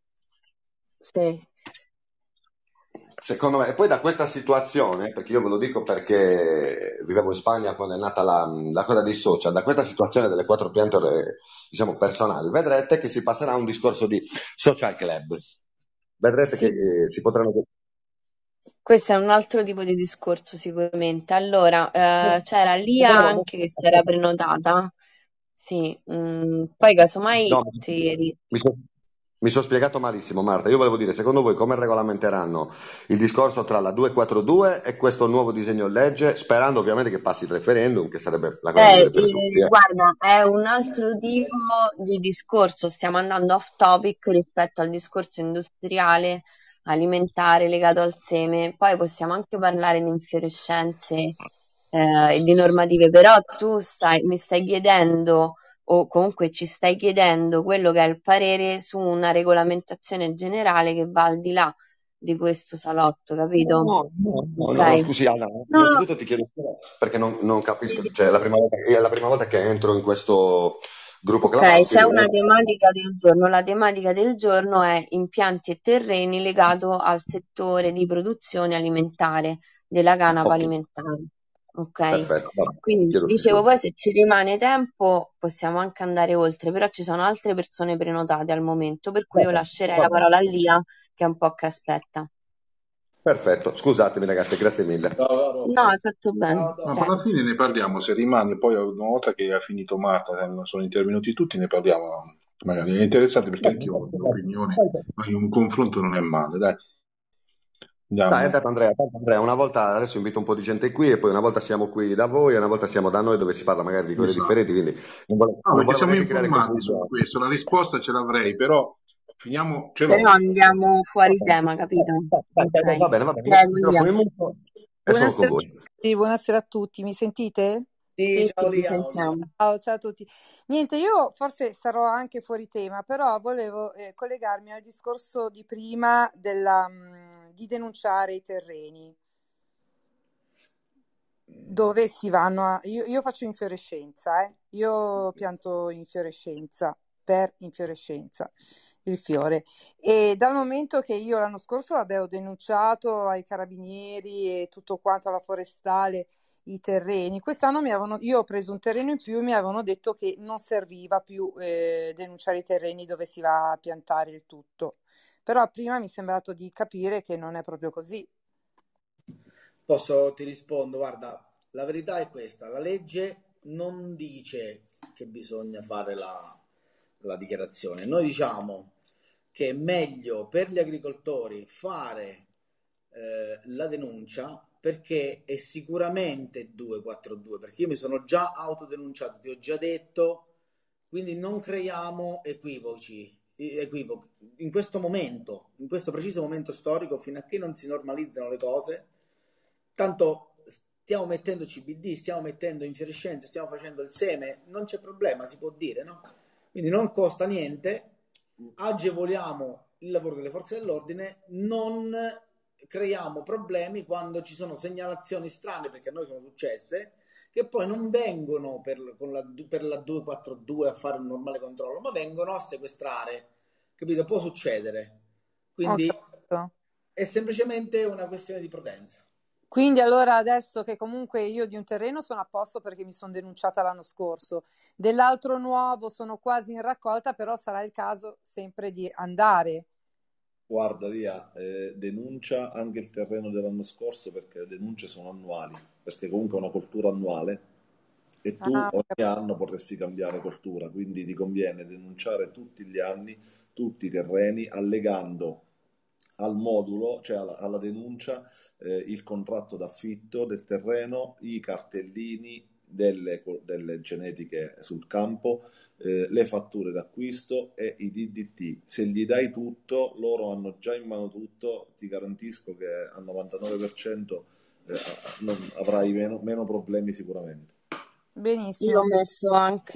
Sì. secondo me, e poi da questa situazione, perché io ve lo dico perché vivevo in Spagna quando è nata la, la cosa dei social, da questa situazione delle quattro piante, eh, diciamo, personali, vedrete che si passerà a un discorso di social club. Vedrete che Sì, eh, si potranno... questo è un altro tipo di discorso sicuramente. Allora, eh, c'era Lia No, no, anche che si era prenotata. Sì, mm, poi casomai no, ti... ri- mi sono mi sono spiegato malissimo, Marta. Io volevo dire, secondo voi come regolamenteranno il discorso tra la duecentoquarantadue e questo nuovo disegno di legge, sperando ovviamente che passi il referendum, che sarebbe la cosa Eh, migliore per tutti. eh, eh. guarda, è un altro tipo di discorso, stiamo andando off topic rispetto al discorso industriale, alimentare legato al seme, poi possiamo anche parlare di infiorescenze eh, e di normative, però tu stai, mi stai chiedendo, o comunque ci stai chiedendo quello che è il parere su una regolamentazione generale che va al di là di questo salotto, capito? No, no, no, Ok. no, no, scusi Anna, No, no. innanzitutto ti chiedo scusa perché non, non capisco, cioè è la prima volta, è la prima volta che entro in questo gruppo Ok, Clubhouse, c'è quindi una non- tematica del giorno. La tematica del giorno è impianti e terreni legato al settore di produzione alimentare, della canapa ok, alimentare. ok? Perfetto, vabbè, Quindi chiedo dicevo, scusa. poi se ci rimane tempo possiamo anche andare oltre, però ci sono altre persone prenotate al momento, per cui io Vabbè, lascerei la vabbè. parola a Lia, che è un po' che aspetta. Perfetto, scusatemi ragazzi, grazie mille. Ciao, caro. No, hai fatto Ciao, bene, Ma Dom. per la prego. fine ne parliamo, se rimane poi una volta che ha finito Marta, se non sono intervenuti tutti, ne parliamo. Magari è interessante perché anche io ho un'opinione, ma un confronto non è male, dai. Dai, Andiamo. intanto Andrea, tanto Andrea, una volta adesso invito un po' di gente qui e poi una volta siamo qui da voi e una volta siamo da noi dove si parla magari di cose Esatto. differenti, quindi non volevo, No, non perché volevo siamo neanche creare informati su confusione. questo, la risposta ce l'avrei, però finiamo, ce l'ho Però la risposta. andiamo Va fuori bene, tema, capito? Dai, dai, dai, Ok. va bene, va bene, io ho il Prego, Lia. microfono in mute e sono con Buonasera a voi. tutti, buonasera a tutti, mi sentite? Sì, Sì, ciao sì, ti Lia, ciao Lia. sentiamo. Ciao, ciao a tutti. Niente, io forse sarò anche fuori tema, però volevo eh, collegarmi al discorso di prima della, mh, di denunciare i terreni dove si vanno a... Io, io faccio infiorescenza, eh? Io pianto infiorescenza per infiorescenza il fiore e dal momento che io l'anno scorso vabbè, ho denunciato ai carabinieri e tutto quanto alla forestale i terreni, quest'anno mi avevano, io ho preso un terreno in più e mi avevano detto che non serviva più eh, denunciare i terreni dove si va a piantare il tutto, però prima mi è sembrato di capire che non è proprio così. Posso, ti rispondo, guarda, la verità è questa, la legge non dice che bisogna fare la, la dichiarazione, noi diciamo che è meglio per gli agricoltori fare eh, la denuncia perché è sicuramente duecentoquarantadue, perché io mi sono già autodenunciato, ti ho già detto, quindi non creiamo equivoci, equivoci. In questo momento, in questo preciso momento storico, fino a che non si normalizzano le cose, tanto stiamo mettendo C B D, stiamo mettendo infiorescenze, stiamo facendo il seme, non c'è problema, si può dire, no? Quindi non costa niente, agevoliamo il lavoro delle forze dell'ordine, non creiamo problemi quando ci sono segnalazioni strane, perché a noi sono successe, che poi non vengono per, con la, per la duecentoquarantadue a fare un normale controllo, ma vengono a sequestrare, capito? Può succedere. Ho Quindi capito. è semplicemente una questione di prudenza. Quindi allora adesso che comunque io di un terreno sono a posto perché mi sono denunciata l'anno scorso, dell'altro nuovo sono quasi in raccolta, però sarà il caso sempre di andare. Guarda, Lia, eh, denuncia anche il terreno dell'anno scorso perché le denunce sono annuali, perché comunque è una coltura annuale e tu Ah, ho ogni capito. anno potresti cambiare coltura, quindi ti conviene denunciare tutti gli anni tutti i terreni allegando al modulo, cioè alla, alla denuncia, eh, il contratto d'affitto del terreno, i cartellini delle, delle genetiche sul campo, eh, le fatture d'acquisto e i D D T. Se gli dai tutto, loro hanno già in mano tutto, ti garantisco che al novantanove per cento eh, non, avrai meno, meno problemi sicuramente. Io Benissimo. ho messo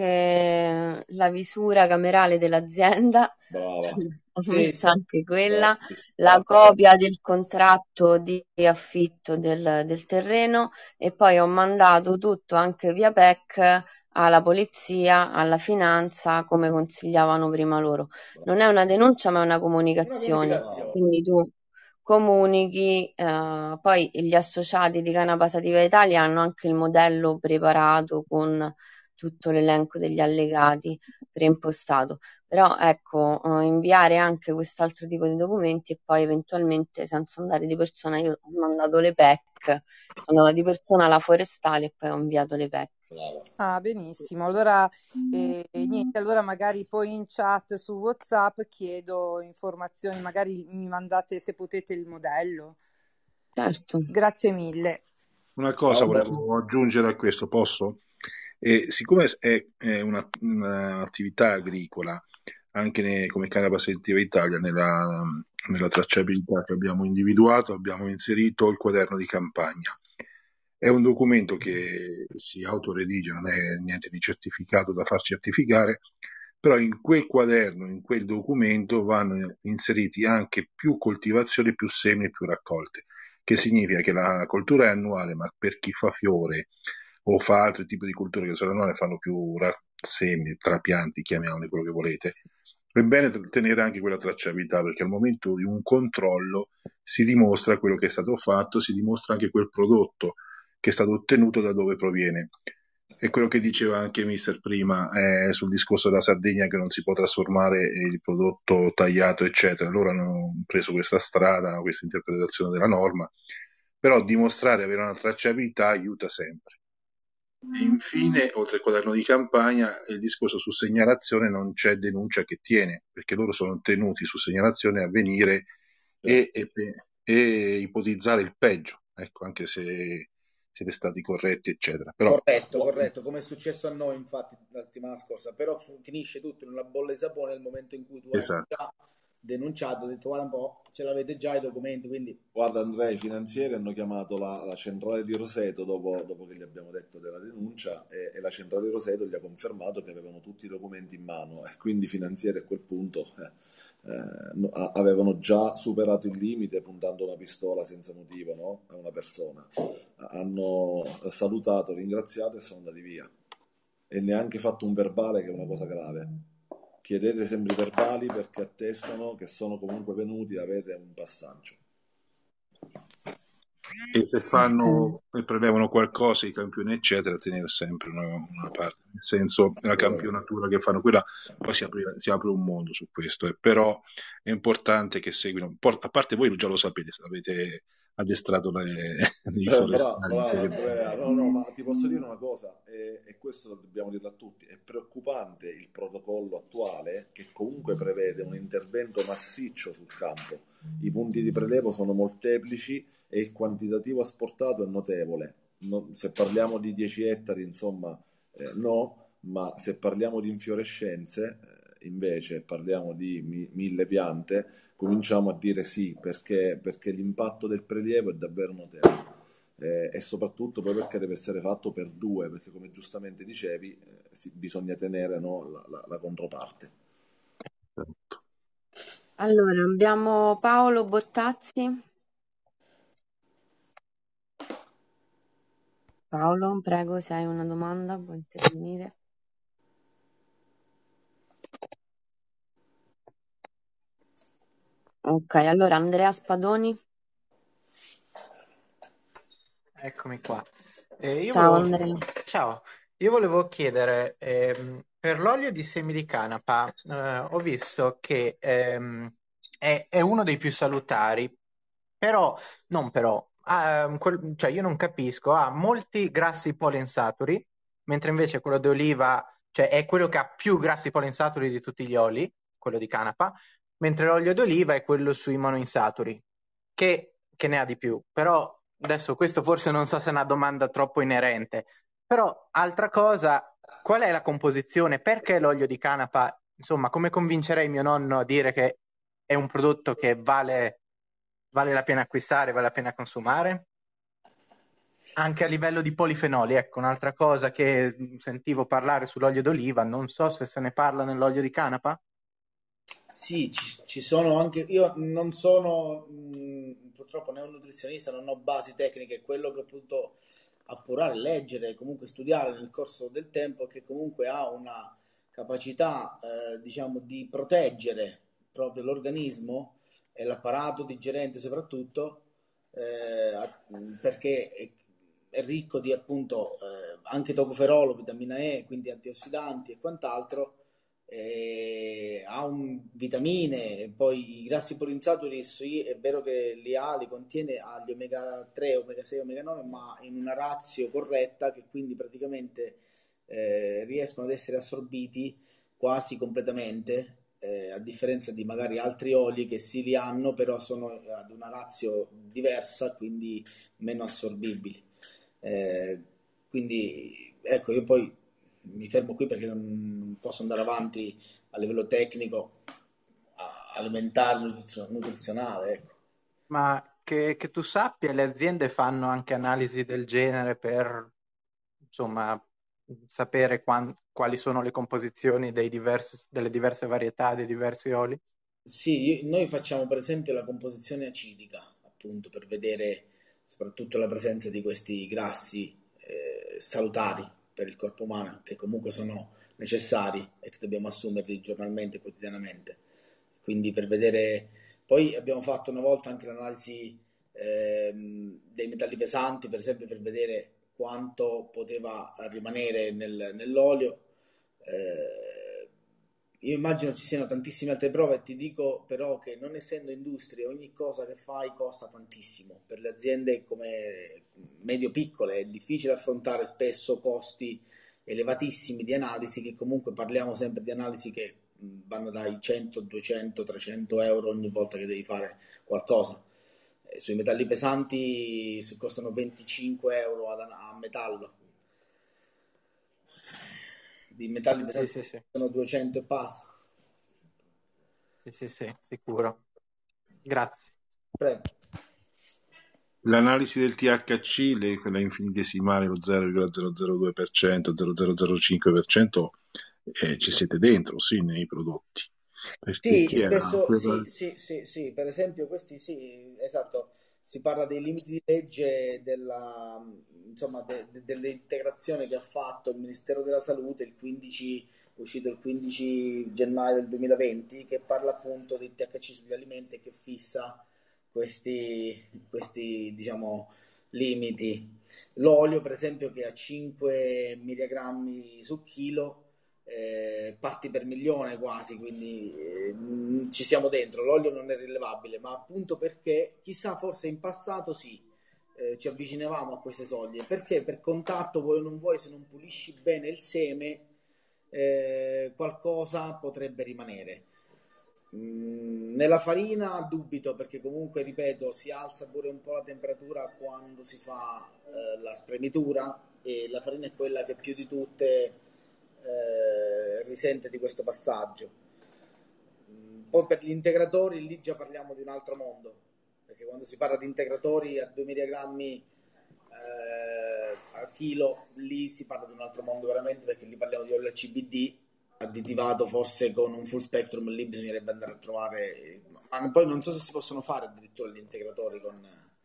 anche la visura camerale dell'azienda, Brava, ho Sì, messo sì. anche quella, la bravissima. copia del contratto di affitto del, del terreno e poi ho mandato tutto anche via P E C alla polizia, alla finanza, come consigliavano prima loro. Non è una denuncia, ma è una Una comunicazione. comunicazione. Quindi tu comunichi, eh, poi gli associati di Canapa Sativa Italia hanno anche il modello preparato con tutto l'elenco degli allegati preimpostato. Però ecco, eh, inviare anche quest'altro tipo di documenti e poi eventualmente senza andare di persona, io ho mandato le P E C, sono andata di persona alla forestale e poi ho inviato le P E C. Brava. Ah, benissimo. Allora, eh, niente, allora magari poi in chat su WhatsApp chiedo informazioni, magari mi mandate se potete il modello. Certo. Grazie mille. Una cosa Ciao, Dom. volevo aggiungere a questo, posso? E siccome è, è una- un'attività agricola, anche ne- come Canapa Selettiva Italia, nella, nella tracciabilità che abbiamo individuato, abbiamo inserito il quaderno di campagna. È un documento che si autoredige, non è niente di certificato da far certificare, però in quel quaderno, in quel documento vanno inseriti anche più coltivazioni, più semi e più raccolte, che significa che la coltura è annuale, ma per chi fa fiore o fa altri tipi di culture che sono annuali, fanno più ra- semi, trapianti, chiamiamoli quello che volete. È bene t- tenere anche quella tracciabilità perché al momento di un controllo si dimostra quello che è stato fatto, si dimostra anche quel prodotto che è stato ottenuto da dove proviene. E quello che diceva anche Mister prima eh, sul discorso della Sardegna, che non si può trasformare il prodotto tagliato, eccetera. Loro hanno preso questa strada, questa interpretazione della norma, però dimostrare avere una tracciabilità aiuta sempre. E infine, oltre al quaderno di campagna, il discorso su segnalazione non c'è denuncia che tiene, perché loro sono tenuti su segnalazione a venire e, Certo. e, e ipotizzare il peggio, ecco, anche se siete stati corretti, eccetera. Però Corretto, corretto, come è successo a noi infatti la settimana scorsa, però fu- finisce tutto in una bolla di sapone nel momento in cui tu hai esatto. già denunciato, hai detto guarda un po', ce l'avete già i documenti, quindi Guarda Andrea, i finanzieri hanno chiamato la, la centrale di Roseto dopo, dopo che gli abbiamo detto della denuncia e, e la centrale di Roseto gli ha confermato che avevano tutti i documenti in mano e quindi i finanzieri a quel punto eh, eh, no- a- avevano già superato il limite puntando una pistola senza motivo, no? A una persona. Hanno salutato, ringraziato e sono andati via. E neanche fatto un verbale, che è una cosa grave. Chiedete sempre i verbali perché attestano che sono comunque venuti, avete un passaggio. E se Ok. fanno e prelevano qualcosa, i campioni, eccetera, tenere sempre una, una parte, nel senso la campionatura che fanno quella, poi si apre, si apre un mondo su questo, eh. Però è importante che seguino, por- a parte voi già lo sapete, avete addestrato le, i Eh, Bravo, forestali, bravo che- Andrea, no, no, ma ti posso dire una cosa, e, e questo lo dobbiamo dirlo a tutti, è preoccupante il protocollo attuale che comunque prevede un intervento massiccio sul campo. I punti di prelevo sono molteplici e il quantitativo asportato è notevole. Non- se parliamo di dieci ettari, insomma, eh, no, ma se parliamo di infiorescenze, eh, invece parliamo di mi- mille piante, cominciamo a dire sì, perché, perché l'impatto del prelievo è davvero notevole. Eh, e soprattutto poi perché deve essere fatto per due, perché come giustamente dicevi, eh, si- bisogna tenere, no, la, la- la controparte. Allora, abbiamo Paolo Bottazzi. Paolo, prego, se hai una domanda, puoi intervenire. Ok, allora Andrea Spadoni. Eccomi qua. Eh, io Ciao volevo... Andrea. Ciao, io volevo chiedere, ehm, per l'olio di semi di canapa, eh, ho visto che ehm, è, è uno dei più salutari, però, non però, ha, quel- cioè io non capisco, ha molti grassi poliinsaturi, mentre invece quello d'oliva, cioè è quello che ha più grassi poliinsaturi di tutti gli oli, quello di canapa, mentre l'olio d'oliva è quello sui monoinsaturi, che, che ne ha di più. Però adesso questo forse non so se è una domanda troppo inerente, però altra cosa, qual è la composizione? Perché l'olio di canapa, insomma, come convincerei mio nonno a dire che è un prodotto che vale, vale la pena acquistare, vale la pena consumare? Anche a livello di polifenoli, ecco, un'altra cosa che sentivo parlare sull'olio d'oliva, non so se se ne parla nell'olio di canapa. sì, ci, ci sono anche, io non sono mh, purtroppo né un nutrizionista, non ho basi tecniche, quello che ho potuto appurare, leggere, comunque studiare nel corso del tempo, è che comunque ha una capacità, eh, diciamo, di proteggere proprio l'organismo e l'apparato digerente soprattutto, eh, a- perché è, è ricco di appunto eh, anche tocoferolo, vitamina E, quindi antiossidanti e quant'altro, eh, ha un, vitamine, e poi i grassi polinsaturi, sì, è vero che li ha, li contiene agli omega tre, omega sei, omega nove, ma in una ratio corretta che quindi praticamente eh, riescono ad essere assorbiti quasi completamente, eh, a differenza di magari altri oli che sì li hanno, però sono ad una ratio diversa, quindi meno assorbibili. Eh, quindi ecco, io poi mi fermo qui perché non posso andare avanti a livello tecnico, a- alimentare, nutrizio- nutrizionale, ecco. Ma che, che tu sappia, le aziende fanno anche analisi del genere per, insomma, sapere quan- quali sono le composizioni dei diversi- delle diverse varietà, dei diversi oli? Sì, io- noi facciamo per esempio la composizione acidica, appunto, per vedere soprattutto la presenza di questi grassi eh, salutari per il corpo umano, che comunque sono necessari e che dobbiamo assumerli giornalmente, quotidianamente. Quindi per vedere... Poi abbiamo fatto una volta anche l'analisi ehm, dei metalli pesanti, per esempio, per vedere quanto poteva rimanere nel- nell'olio. Eh, io immagino ci siano tantissime altre prove, e ti dico però che non essendo industria, ogni cosa che fai costa tantissimo. Per le aziende come medio-piccole è difficile affrontare spesso costi elevatissimi di analisi, che comunque parliamo sempre di analisi che mh, vanno dai cento, duecento, trecento euro ogni volta che devi fare qualcosa. Eh, sui metalli pesanti si costano venticinque euro ad- a metallo, di metalli Sì, pesanti sì, sì, sono duecento e passa. sì, sì, sì, sicuro. Grazie. Prego. L'analisi del T H C, le- quella infinitesimale, lo zero virgola zero zero due per cento, zero virgola zero zero cinque per cento, eh, ci siete dentro, sì, nei prodotti. Perché Sì, chi era? spesso sì, Quella- sì, sì, sì, per esempio questi sì, esatto, si parla dei limiti di legge della, insomma, de- de- dell'integrazione che ha fatto il Ministero della Salute il quindici, uscito il quindici gennaio del duemilaventi, che parla appunto di T H C sugli alimenti e che fissa questi, questi, diciamo, limiti. L'olio, per esempio, che ha cinque milligrammi su chilo, eh, parti per milione quasi, quindi eh, mh, ci siamo dentro. L'olio non è rilevabile, ma appunto perché, chissà, forse in passato sì, eh, ci avvicinavamo a queste soglie. Perché per contatto, vuoi o non vuoi, se non pulisci bene il seme, eh, qualcosa potrebbe rimanere. Mm, nella farina dubito, perché comunque, ripeto, si alza pure un po' la temperatura quando si fa eh, la spremitura, e la farina è quella che più di tutte eh, risente di questo passaggio. Mm, poi per gli integratori lì già parliamo di un altro mondo, perché quando si parla di integratori a duemila grammi eh, a chilo, lì si parla di un altro mondo veramente, perché lì parliamo di olio al C B D additivato forse con un full spectrum. Lì bisognerebbe andare a trovare, ma poi non so se si possono fare addirittura gli integratori con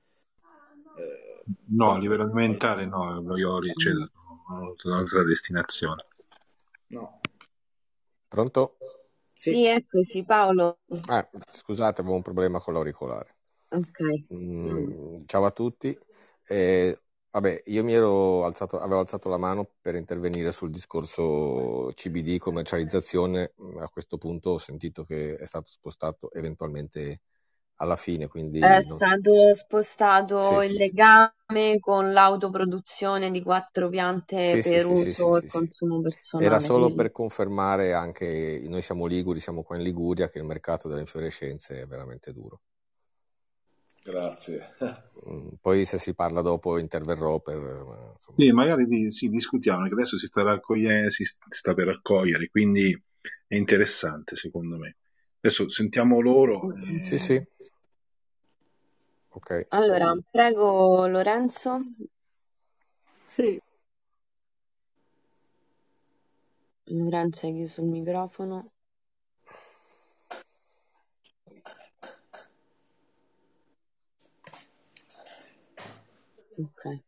eh, No, a con- livello alimentare no, gli oli, eccetera, hanno un'altra destinazione. no. Pronto? Sì. Sì, eccoci Paolo. Ah, scusate, avevo un problema con l'auricolare. Ok. Mm, ciao a tutti. Eh, vabbè, io mi ero alzato, avevo alzato la mano per intervenire sul discorso C B D, commercializzazione. Mm, A questo punto ho sentito che è stato spostato eventualmente alla fine, quindi È non- stato spostato sì, il sì, sì. legame con l'autoproduzione di quattro piante Sì, sì, per sì, sì, sì, uso e sì, sì. consumo Era personale. solo Quindi per confermare anche, noi siamo liguri, siamo qua in Liguria, che il mercato delle infiorescenze è veramente duro. Grazie. Mm, Poi se si parla dopo interverrò per, ma, insomma, Sì, magari di- sì, discutiamo, che adesso si sta raccogliendo, si si sta per raccogliere, quindi è interessante secondo me. Adesso sentiamo loro. ok. sì, sì, eh, ok. Allora, prego Lorenzo. Sì, Lorenzo, hai chiuso il microfono. Ok.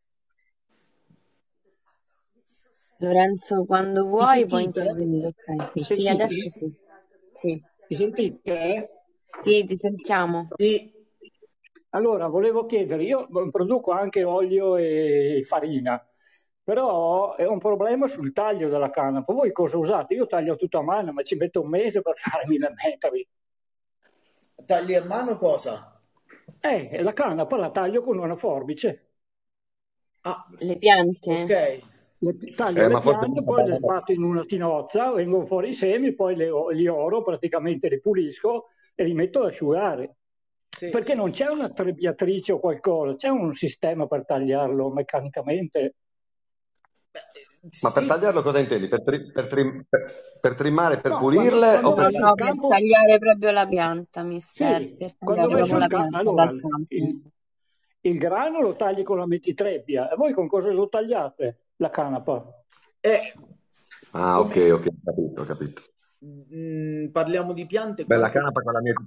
Lorenzo, quando mi vuoi puoi sentite? intervenire. Ok. Mi Sì, sentite? adesso sì. Sì, Mi sentite? sì, ti sentiamo. Sì. Allora, volevo chiedere, io produco anche olio e farina, però è un problema sul taglio della canapa. Voi cosa usate? Io taglio tutto a mano, ma ci metto un mese per fare mille metri. Tagli a mano cosa? Eh, la canapa la taglio con una forbice. Ah, Le piante? ok. Le- taglio Eh, le ma forse piante, poi le sbatto in una tinozza, vengono fuori i semi, poi le, li oro, praticamente li pulisco e li metto ad asciugare. Sì, Perché sì. non c'è una trebbiatrice o qualcosa, c'è un sistema per tagliarlo meccanicamente. Beh, eh, Ma per sì. tagliarlo cosa intendi? Per, tri- per, trim- per, per trimmare, per No, quando, pulirle o quando per... No, vai sul no, per campo, tagliare proprio la pianta, mister. sì, Per quando tagliare vai proprio sul la campo, pianta allora dal campo. il, il grano lo tagli con la mettitrebbia, e voi con cosa lo tagliate? La canapa? Eh, Ah, ok, come ok, ho capito, ho capito. mm, parliamo di piante, Beh, la quante... canapa con la mia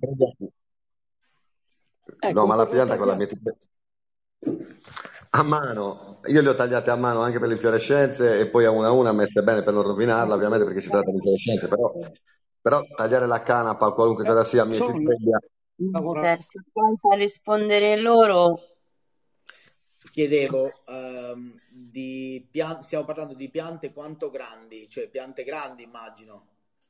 Eh, No, con ma la cosa lo pianta con la tagliate? mia a mano. Io le ho tagliate a mano anche per le infiorescenze e poi a una a una messe bene per non rovinarla, ovviamente perché si tratta di infiorescenze, però, però tagliare la canapa, qualunque Eh, cosa sia, a mia sono trebbia. lavorato. Mister, se puoi far rispondere loro, chiedevo, ehm, di pian- stiamo parlando di piante quanto grandi? Cioè piante grandi, immagino.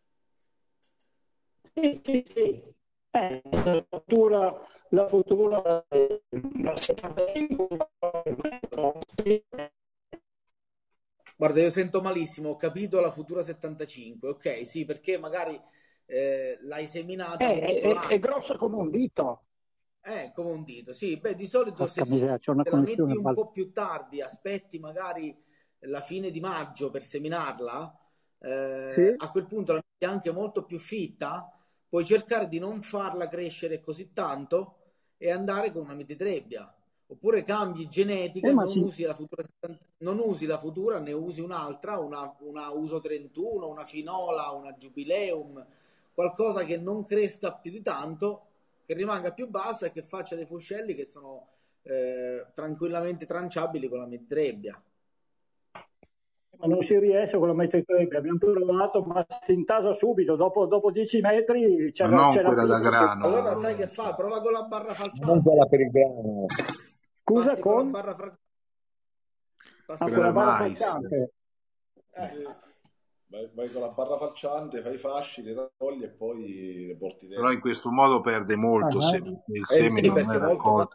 Sì, sì, sì. Eh, la futura, la futura eh, la settantacinque, sì. Guarda, io sento malissimo, ho capito la Futura settantacinque, ok, sì, perché magari eh, l'hai seminata È, molto è, è larga, grossa come un dito. eh, come un dito, sì, beh, di solito se, Porca se miseria, c'è una la metti connessione un mal. po' più tardi, aspetti magari la fine di maggio per seminarla, eh, Sì? a quel punto la metti anche molto più fitta, puoi cercare di non farla crescere così tanto e andare con una mititrebbia. Oppure cambi Eh, genetica, ma non sì. usi la futura, settanta non usi la futura, ne usi un'altra, una, una uso trentuno, una finola, una jubileum, qualcosa che non cresca più di tanto, che rimanga più bassa e che faccia dei fuscelli che sono eh, tranquillamente tranciabili con la mitrebbia. Ma non si riesce con la metri. Abbiamo provato, ma si intasa subito. Dopo, dopo dieci metri c'è Ma la, non c'è la quella da piega che... Allora sai che grano. fa? Prova con la barra Non quella falciante. per il grano. Scusa, Passi con la con? barra fra- Ah, passi Quella con con la da la barra barra mais. falciante. eh, Vai, vai con la barra falciante, fai i fasci, li raccogli e poi li porti Però in dentro. questo modo perde molto Ah, se perché il eh seme sì, non è perché è molto raccolto.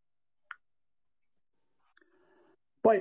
poi,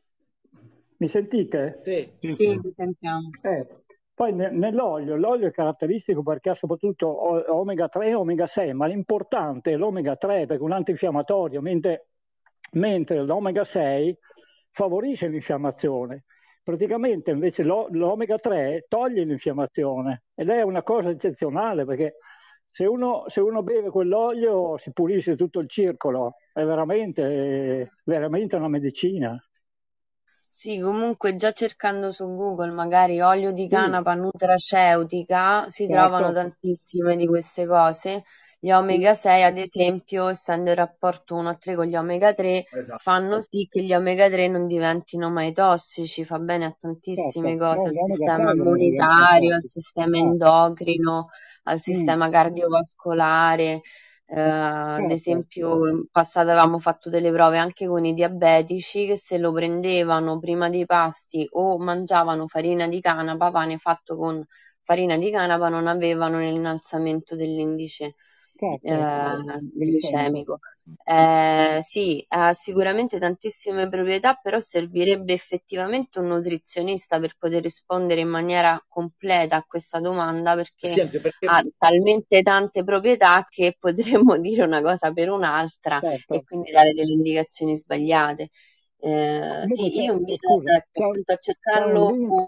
mi sentite? sì, Sì, Sì, sì. ti sentiamo. Eh, poi ne- nell'olio, l'olio è caratteristico perché ha soprattutto o- omega tre e omega sei, ma l'importante è l'omega tre perché è un antinfiammatorio, mentre, mentre l'omega sei favorisce l'infiammazione. Praticamente invece l'o- l'omega tre toglie l'infiammazione ed è una cosa eccezionale perché se uno, se uno beve quell'olio si pulisce tutto il circolo, è veramente, è veramente una medicina. Sì, comunque già cercando su Google magari olio di Sì, canapa nutraceutica si trovano certo. tantissime di queste cose. Gli Sì, omega sei, ad esempio, essendo il rapporto uno a tre con gli omega tre, esatto. fanno sì che gli omega tre non diventino mai tossici, fa bene a tantissime certo. cose, No, al gli omega sistema sei devono diventare immunitario, al forti. sistema Ah, endocrino, al mm, sistema cardiovascolare. Eh, ad certo. esempio, in passato avevamo fatto delle prove anche con i diabetici che se lo prendevano prima dei pasti o mangiavano farina di canapa, pane fatto con farina di canapa, non avevano un innalzamento dell'indice Certo, eh, glicemico. glicemico. Eh, sì, ha sicuramente tantissime proprietà, però servirebbe effettivamente un nutrizionista per poter rispondere in maniera completa a questa domanda, perché Sì, anche perché ha talmente tante proprietà che potremmo dire una cosa per un'altra e Certo. quindi dare delle indicazioni sbagliate. Eh, Comunque sì, c'è, io invece scusa, ecco, c'è ho un, fatto a c'è un cercarlo link, co-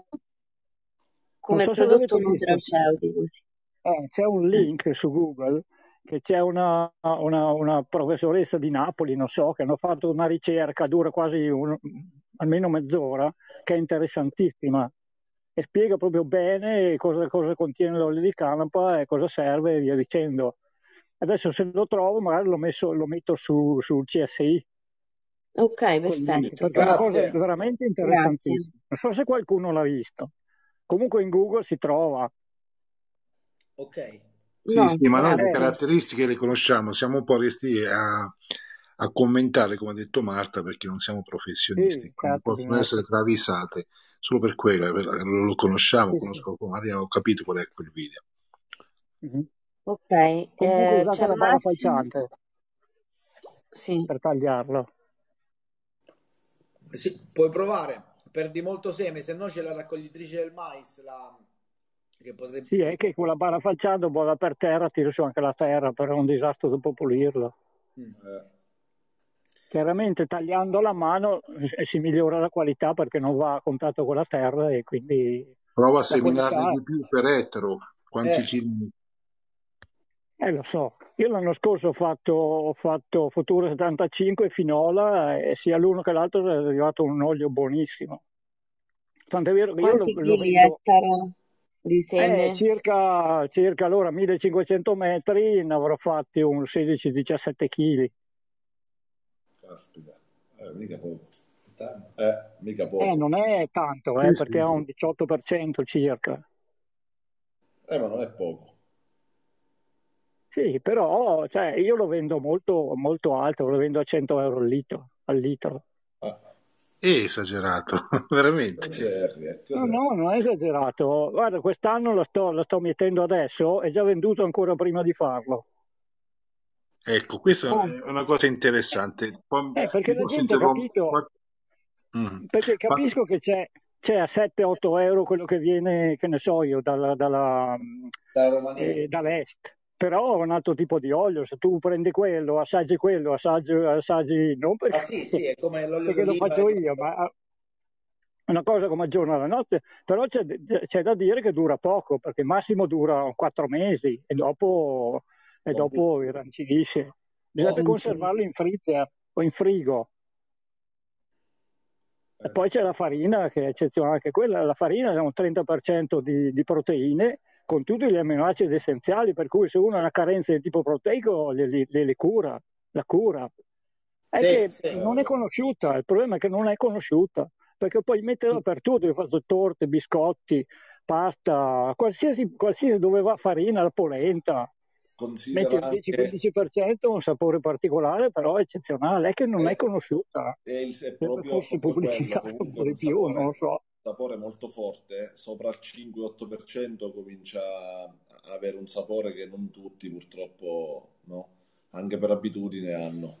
non come so se prodotto l'avete visto, nutraceutico. Sì. eh, c'è un Eh. link su Google che c'è una, una, una professoressa di Napoli, non so, che hanno fatto una ricerca, dura quasi un- almeno mezz'ora, che è interessantissima e spiega proprio bene cosa, cosa contiene l'olio di canapa e cosa serve e via dicendo. Adesso se lo trovo magari lo, messo- lo metto su, sul C S I. Ok, Quel link, perfetto, perché è sì. una cosa grazie. veramente Grazie. interessantissima. Non so se qualcuno l'ha visto. Comunque in Google si trova. Ok. Sì, No, sì, ma noi le Eh, grazie. caratteristiche le conosciamo, siamo un po' resti a, a commentare, come ha detto Marta, perché non siamo professionisti, sì, quindi certo, possono bisogna essere essere. travisate solo per quello, per- lo lo conosciamo, Sì, sì. conosco Maria, ho capito qual è quel video. Mhm. Ok, Comunque eh, usate c'è la barra Massimo? falciante Sì. per tagliarlo. Sì, puoi provare, perdi molto seme, se no c'è la raccoglitrice del mais, la... che potrebbe... Sì, è che con la barra falciante un po' da per terra, tiro su anche la terra, però è un disastro dopo pulirlo. Mm. Eh, Chiaramente tagliando la mano eh, si migliora la qualità perché non va a contatto con la terra e quindi Prova a la seminarne qualità. di più per ettaro, quanti Eh, chili? Eh, lo so, io l'anno scorso ho fatto, ho fatto Futura settantacinque Finola e sia l'uno che l'altro è arrivato un olio buonissimo. Tant'è vero che io lo, Quanti lo chili vendo ettaro di eh, seme? circa, circa allora millecinquecento metri, ne avrò fatti un sedici diciassette kg. caspita, eh, mica poco. Eh, mica Eh, poco. non è tanto, Sì, eh, sì. perché ha un diciotto per cento circa. Eh, ma non è poco. Sì, però cioè, io lo vendo molto, molto alto, lo vendo a cento euro il litro. al litro. Ah, È esagerato, veramente. cos'è, Henry? No, Cos'è? no, non è esagerato. Guarda, quest'anno la sto, la sto mettendo adesso, è già venduto ancora prima di farlo. Ecco, questa Oh, è una cosa interessante. Poi, eh, perché mi la posso gente ha interrompere? capito, Qua- Mm. perché Ma- capisco che c'è, c'è a sette otto euro quello che viene, che ne so io, dalla, dalla, mh, Dalla Romania. eh, dall'est. Però è un altro tipo di olio, se tu prendi quello, assaggi quello, assaggi, assaggi non Ah perché, sì, sì, è come l'olio perché lo d'oliva. faccio io, ma è una cosa come al giorno alla notte, però c'è, c'è da dire che dura poco, perché massimo dura quattro mesi e dopo, e Buon dopo irrancidisce. Bisogna buon- conservarlo in freezer o in frigo. E Eh, poi c'è la farina che è eccezionale, anche quella, la farina ha un trenta per cento di, di proteine con tutti gli aminoacidi essenziali, per cui se uno ha una carenza di tipo proteico le, le- le cura, la cura. È Sì, che sì. non è conosciuta, il problema è che non è conosciuta, perché puoi mettere dappertutto, io faccio torte, biscotti, pasta, qualsiasi, qualsiasi dove va farina, la polenta, metti Considera il anche dieci-quindici per cento, un sapore particolare, però è eccezionale, è che non è è, conosciuta. è il- è Se proprio, fosse proprio quello, pubblicizzata un comunque po' di un più, non lo sapore, so. sapore molto forte, sopra il cinque otto per cento comincia a avere un sapore che non tutti purtroppo, no? Anche per abitudine hanno.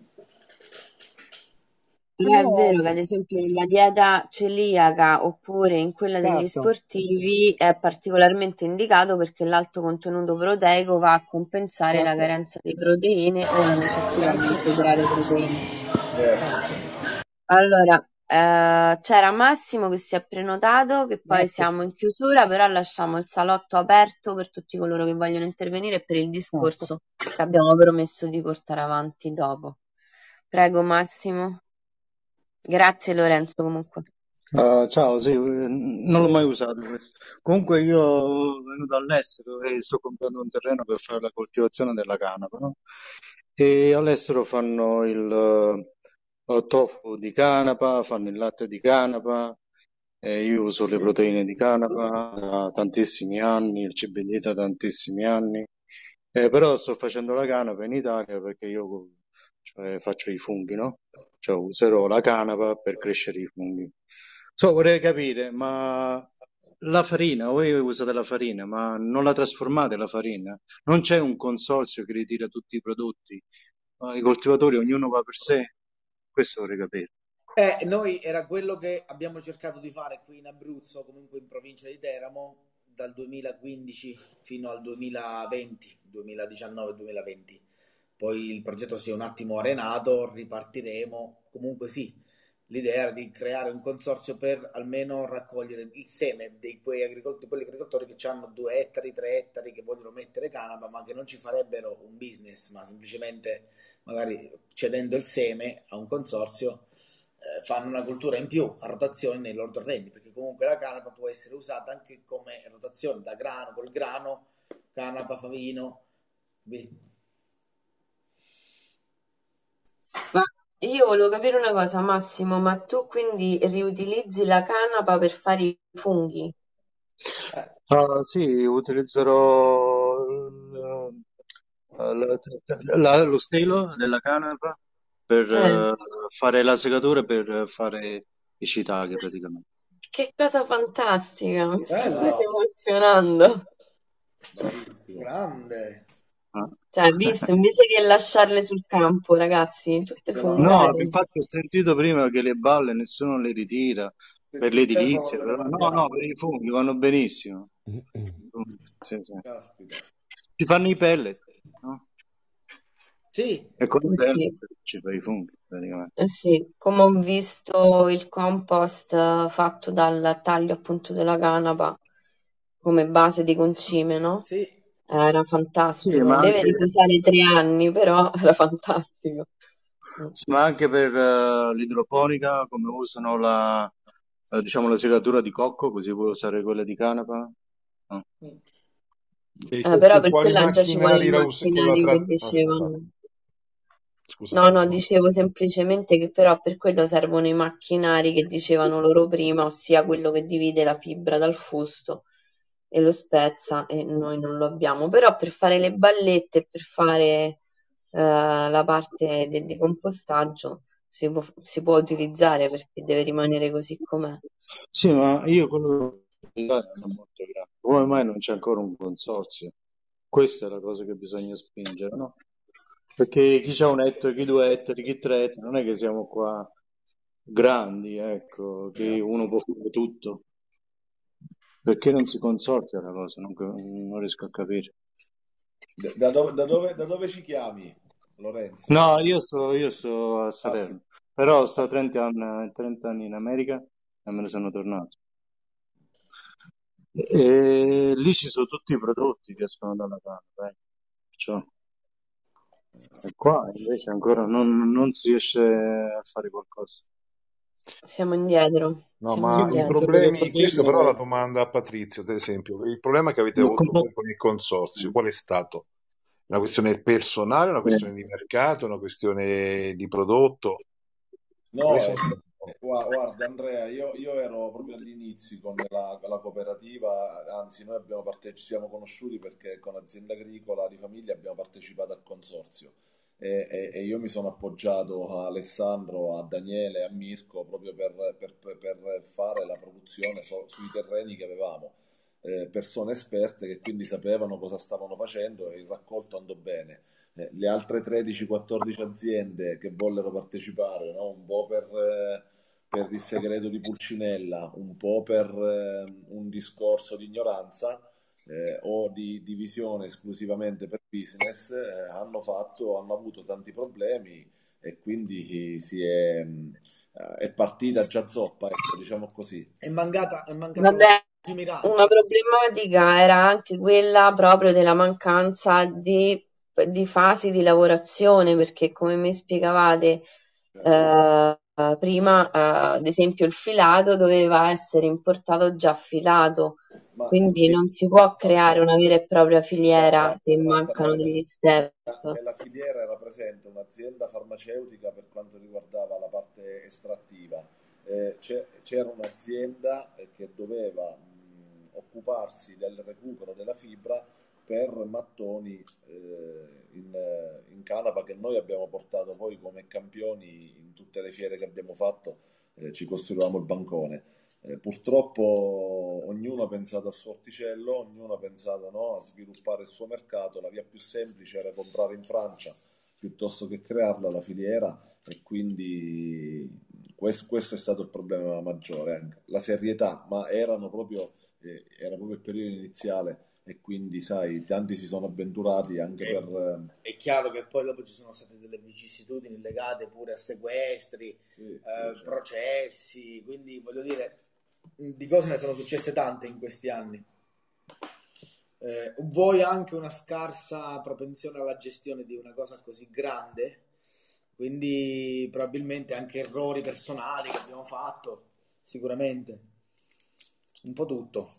Però è Però, vero che ad esempio nella dieta celiaca oppure in quella degli certo, sportivi è particolarmente indicato perché l'alto contenuto proteico va a compensare la certo, carenza di proteine o la necessità di integrare proteine. Certo. Allora, eh, c'era Massimo che si è prenotato, che poi ecco, siamo in chiusura, però lasciamo il salotto aperto per tutti coloro che vogliono intervenire e per il certo. discorso che abbiamo promesso di portare avanti dopo. Prego Massimo. Grazie Lorenzo comunque. Uh, ciao, sì, eh, non l'ho mai usato questo. Comunque io venuto all'estero e sto comprando un terreno per fare la coltivazione della canapa, no? E all'estero fanno il eh, tofu di canapa, fanno il latte di canapa, e io uso le proteine di canapa da tantissimi anni, il C B D da tantissimi anni, eh, però sto facendo la canapa in Italia perché io cioè, faccio i funghi, no? Cioè userò la canapa per crescere i funghi. So, vorrei capire, ma la farina, voi usate la farina, ma non la trasformate la farina? Non c'è un consorzio che ritira tutti i prodotti? Ma i coltivatori, ognuno va per sé? Questo vorrei capire. Eh, noi era quello che abbiamo cercato di fare qui in Abruzzo, comunque in provincia di Teramo, dal duemilaquindici fino al duemilaventi, duemiladiciannove-duemilaventi. Poi il progetto si è un attimo arenato, ripartiremo. Comunque sì, l'idea era di creare un consorzio per almeno raccogliere il seme di quei agricoltori, quelli agricoltori che hanno due ettari, tre ettari, che vogliono mettere canapa, ma che non ci farebbero un business, ma semplicemente magari cedendo il seme a un consorzio eh, fanno una cultura in più a rotazione nei loro terreni, perché comunque la canapa può essere usata anche come rotazione da grano, col grano, canapa, favino. Quindi, Ma io volevo capire una cosa, Massimo, ma tu quindi riutilizzi la canapa per fare i funghi? eh, Ah, sì, utilizzerò il- la- la- lo stelo della canapa per Eh, eh, fare la segatura per fare i shiitake praticamente. che cosa fantastica, mi sto quasi bello, emozionando. Bravissimo. grande. Ah. Cioè, visto, invece che lasciarle sul campo, ragazzi, tutte Se no, No, fungate. infatti ho sentito prima che le balle nessuno le ritira Se per ti servono l'edilizia, te le però no, mandiamo. no, per i funghi vanno benissimo. Sì, sì. Caspita. Ci fanno i pellet, no? sì, E con i Eh pellet sì, ci fai i funghi praticamente. eh sì, come ho visto il compost eh, fatto dal taglio appunto della canapa come base di concime, no? sì. Era Sì, fantastico. ma Deve anche, riposare tre anni, però era fantastico. Mm. sì, ma anche per eh, l'idroponica, come usano la, eh, diciamo, la segatura di cocco, così puoi usare quella di canapa? No. E Eh, però con per quali quella già ci vuole il macchinari la usi? Con la macchinario che tra... Ah, scusate, dicevano. No, scusate. no, dicevo semplicemente che però per quello servono i macchinari che dicevano loro prima, ossia quello che divide la fibra dal fusto e lo spezza e noi non lo abbiamo. Però per fare le ballette e per fare eh, la parte del decompostaggio si può, si può utilizzare perché deve rimanere così com'è. Sì, ma io quello l'Italia è molto grande. Come mai non c'è ancora un consorzio? Questa è la cosa che bisogna spingere, no? Perché chi c'ha un ettaro, chi due ettari, chi tre ettari, non è che siamo qua grandi, ecco, che uno può fare tutto. Perché non si consorzia la cosa? Non, non riesco a capire. Da, da dove, da, dove, da dove ci chiami, Lorenzo? No, io sto, io sto a Ah, sì. Salerno, però sto trenta anni, trenta anni in America e me ne sono tornato. E lì ci sono tutti i prodotti che escono dalla canapa, eh. Perciò, e qua invece ancora non, non si riesce a fare qualcosa. Siamo indietro, No, siamo ma Sì, i indietro. problemi, questa però è la problema domanda a Patrizio, ad esempio, il problema che avete è avuto voi con il consorzio, qual è stato? Una questione personale, una questione di mercato, una questione di prodotto? Quali No, sono eh, stati? eh, gua- guarda Andrea, io, io ero proprio all'inizio con la, la cooperativa, anzi noi abbiamo parte- ci siamo conosciuti perché con azienda agricola di famiglia abbiamo partecipato al consorzio e, e- e io mi sono appoggiato a Alessandro, a Daniele, a Mirko proprio per, per- per- per fare la produzione so- sui terreni che avevamo. Eh, persone esperte che quindi sapevano cosa stavano facendo e il raccolto andò bene. Eh, le altre tredici quattordici aziende che vollero partecipare, no? Un po' per, eh, per il segreto di Pulcinella, un po' per eh, un discorso di ignoranza eh, o di divisione esclusivamente per business, eh, hanno fatto, hanno avuto tanti problemi e quindi si è, mh, è partita già zoppa, ecco, diciamo così. È mancata, è mancata la Vabbè, una lungimiranza. problematica era anche quella proprio della mancanza di, di fasi di lavorazione, perché come mi spiegavate eh, prima, eh, ad esempio il filato doveva essere importato già filato, Ma quindi sì, non si può ma- creare una vera e propria filiera guarda, se Marta, mancano nella, degli step. nella filiera era presente un'azienda farmaceutica per quanto riguardava la parte estrattiva. Eh, c'è- c'era un'azienda eh, che doveva mh, occuparsi del recupero della fibra per mattoni eh, in, eh, in canapa che noi abbiamo portato poi come campioni in tutte le fiere che abbiamo fatto, eh, ci costruivamo il bancone. Eh, purtroppo ognuno ha pensato al suo orticello, ognuno ha pensato no, a sviluppare il suo mercato, la via più semplice era comprare in Francia piuttosto che crearla la filiera e quindi questo, questo è stato il problema maggiore, anche. La serietà, ma erano proprio, eh, era proprio il periodo iniziale e quindi sai, tanti si sono avventurati anche È, per... è chiaro che poi dopo ci sono state delle vicissitudini legate pure a sequestri, eh, sì, eh, sì, certo. processi, quindi voglio dire, di cose ne sono successe tante in questi anni. Eh, vuoi anche una scarsa propensione alla gestione di una cosa così grande, quindi probabilmente anche errori personali che abbiamo fatto, sicuramente, un po' tutto.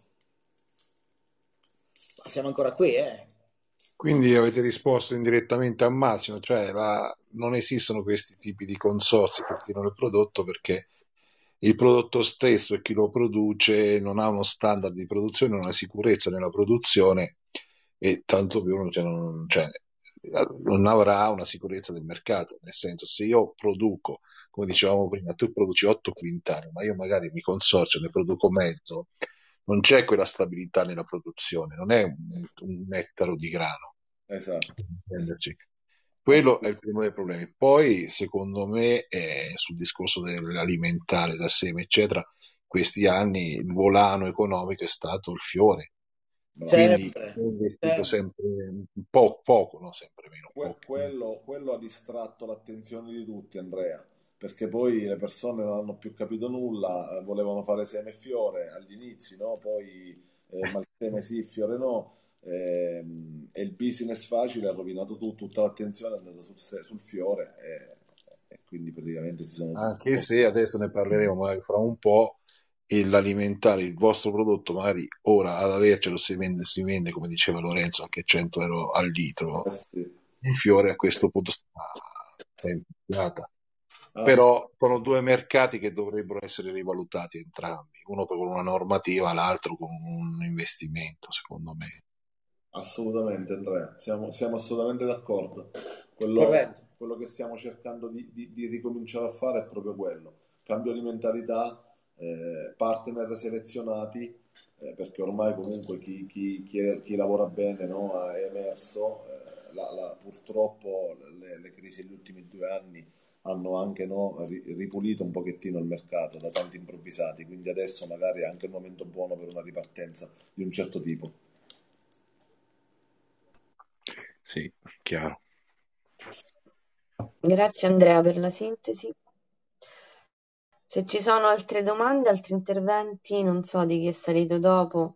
Ma siamo ancora qui, eh. Quindi avete risposto indirettamente a Massimo, cioè la- non esistono questi tipi di consorzi che tirano il prodotto perché il prodotto stesso e chi lo produce non ha uno standard di produzione, una sicurezza nella produzione e tanto più cioè, non, cioè, non avrà una sicurezza del mercato. Nel senso, se io produco, come dicevamo prima, tu produci otto quintali, ma io magari mi consorzio, ne produco mezzo, non c'è quella stabilità nella produzione, non è un, un ettaro di grano. Esatto, Intenderci. esatto. Quello è il primo dei problemi. Poi, secondo me, eh, sul discorso dell'alimentare da seme, eccetera, questi anni il volano economico è stato il fiore. Quindi Sempre, ho investito sempre. sempre un po', poco, no? Sempre meno, Que- poco. quello, quello ha distratto l'attenzione di tutti, Andrea, perché poi le persone non hanno più capito nulla, eh, volevano fare seme e fiore agli inizi, no? Poi eh, ma il seme sì, il fiore no, ehm, e il business facile ha rovinato tutto, tutta l'attenzione è andata sul, se- sul fiore e, e quindi praticamente si sono tutti Anche se adesso ne parleremo magari fra un po', e l'alimentare il vostro prodotto, magari ora ad avercelo si vende, si vende come diceva Lorenzo, anche cento euro al litro. eh sì, Il fiore a questo punto sta, sta in picchiata. ass- Però sono due mercati che dovrebbero essere rivalutati entrambi, uno con una normativa, l'altro con un investimento, secondo me. assolutamente Andrea, siamo, siamo assolutamente d'accordo. Quello, Corretto. quello che stiamo cercando di, di- di ricominciare a fare è proprio quello. Cambio di mentalità, eh, partner selezionati, eh, perché ormai comunque chi, chi- chi è- chi lavora bene, no, è emerso. eh, la- la- purtroppo le, le crisi degli ultimi due anni hanno anche, no, ri- ripulito un pochettino il mercato da tanti improvvisati, quindi adesso magari è anche il momento buono per una ripartenza di un certo tipo. Sì, chiaro. Grazie Andrea per la sintesi. Se ci sono altre domande, altri interventi, non so di chi è salito dopo.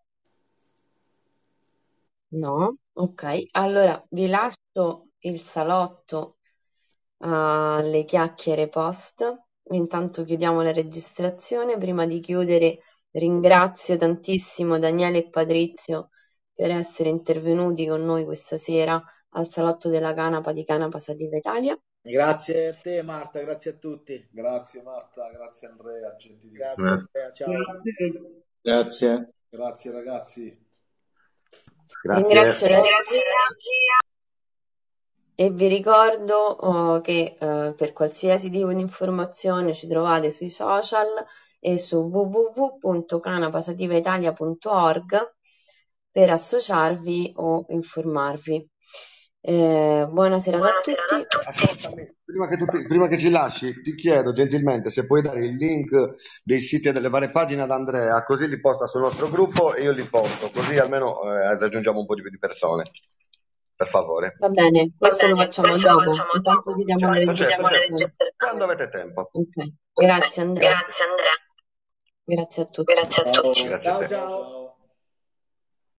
No? Ok, allora vi lascio il salotto alle chiacchiere post. Intanto chiudiamo la registrazione. Prima di chiudere, ringrazio tantissimo Daniele e Patrizio per essere intervenuti con noi questa sera al salotto della Canapa di Canapa Sativa Italia. Grazie a te Marta, grazie a tutti. Grazie Marta, grazie Andrea, gentilissimo. Grazie Andrea, ciao. Grazie. Grazie. Grazie ragazzi. Grazie. Ringrazio la regia e vi ricordo oh, che eh, per qualsiasi tipo di informazione ci trovate sui social e su w w w punto canapasativaitalia punto org per associarvi o informarvi. Eh, buonasera a tutti. Ascoltami, prima che, tu, prima che ci lasci, ti chiedo gentilmente se puoi dare il link dei siti e delle varie pagine ad Andrea, così li posta sul nostro gruppo e io li posto, così almeno eh, raggiungiamo un po' di più di persone. Per favore. Va bene, questo lo facciamo questo dopo. lo facciamo Intanto dopo. chiudiamo la Certo, certo, certo. registrazione. Quando avete tempo. Ok, grazie Andrea. Grazie Andrea. Grazie a tutti. Grazie a tutti. Ciao, Grazie a ciao. te. ciao.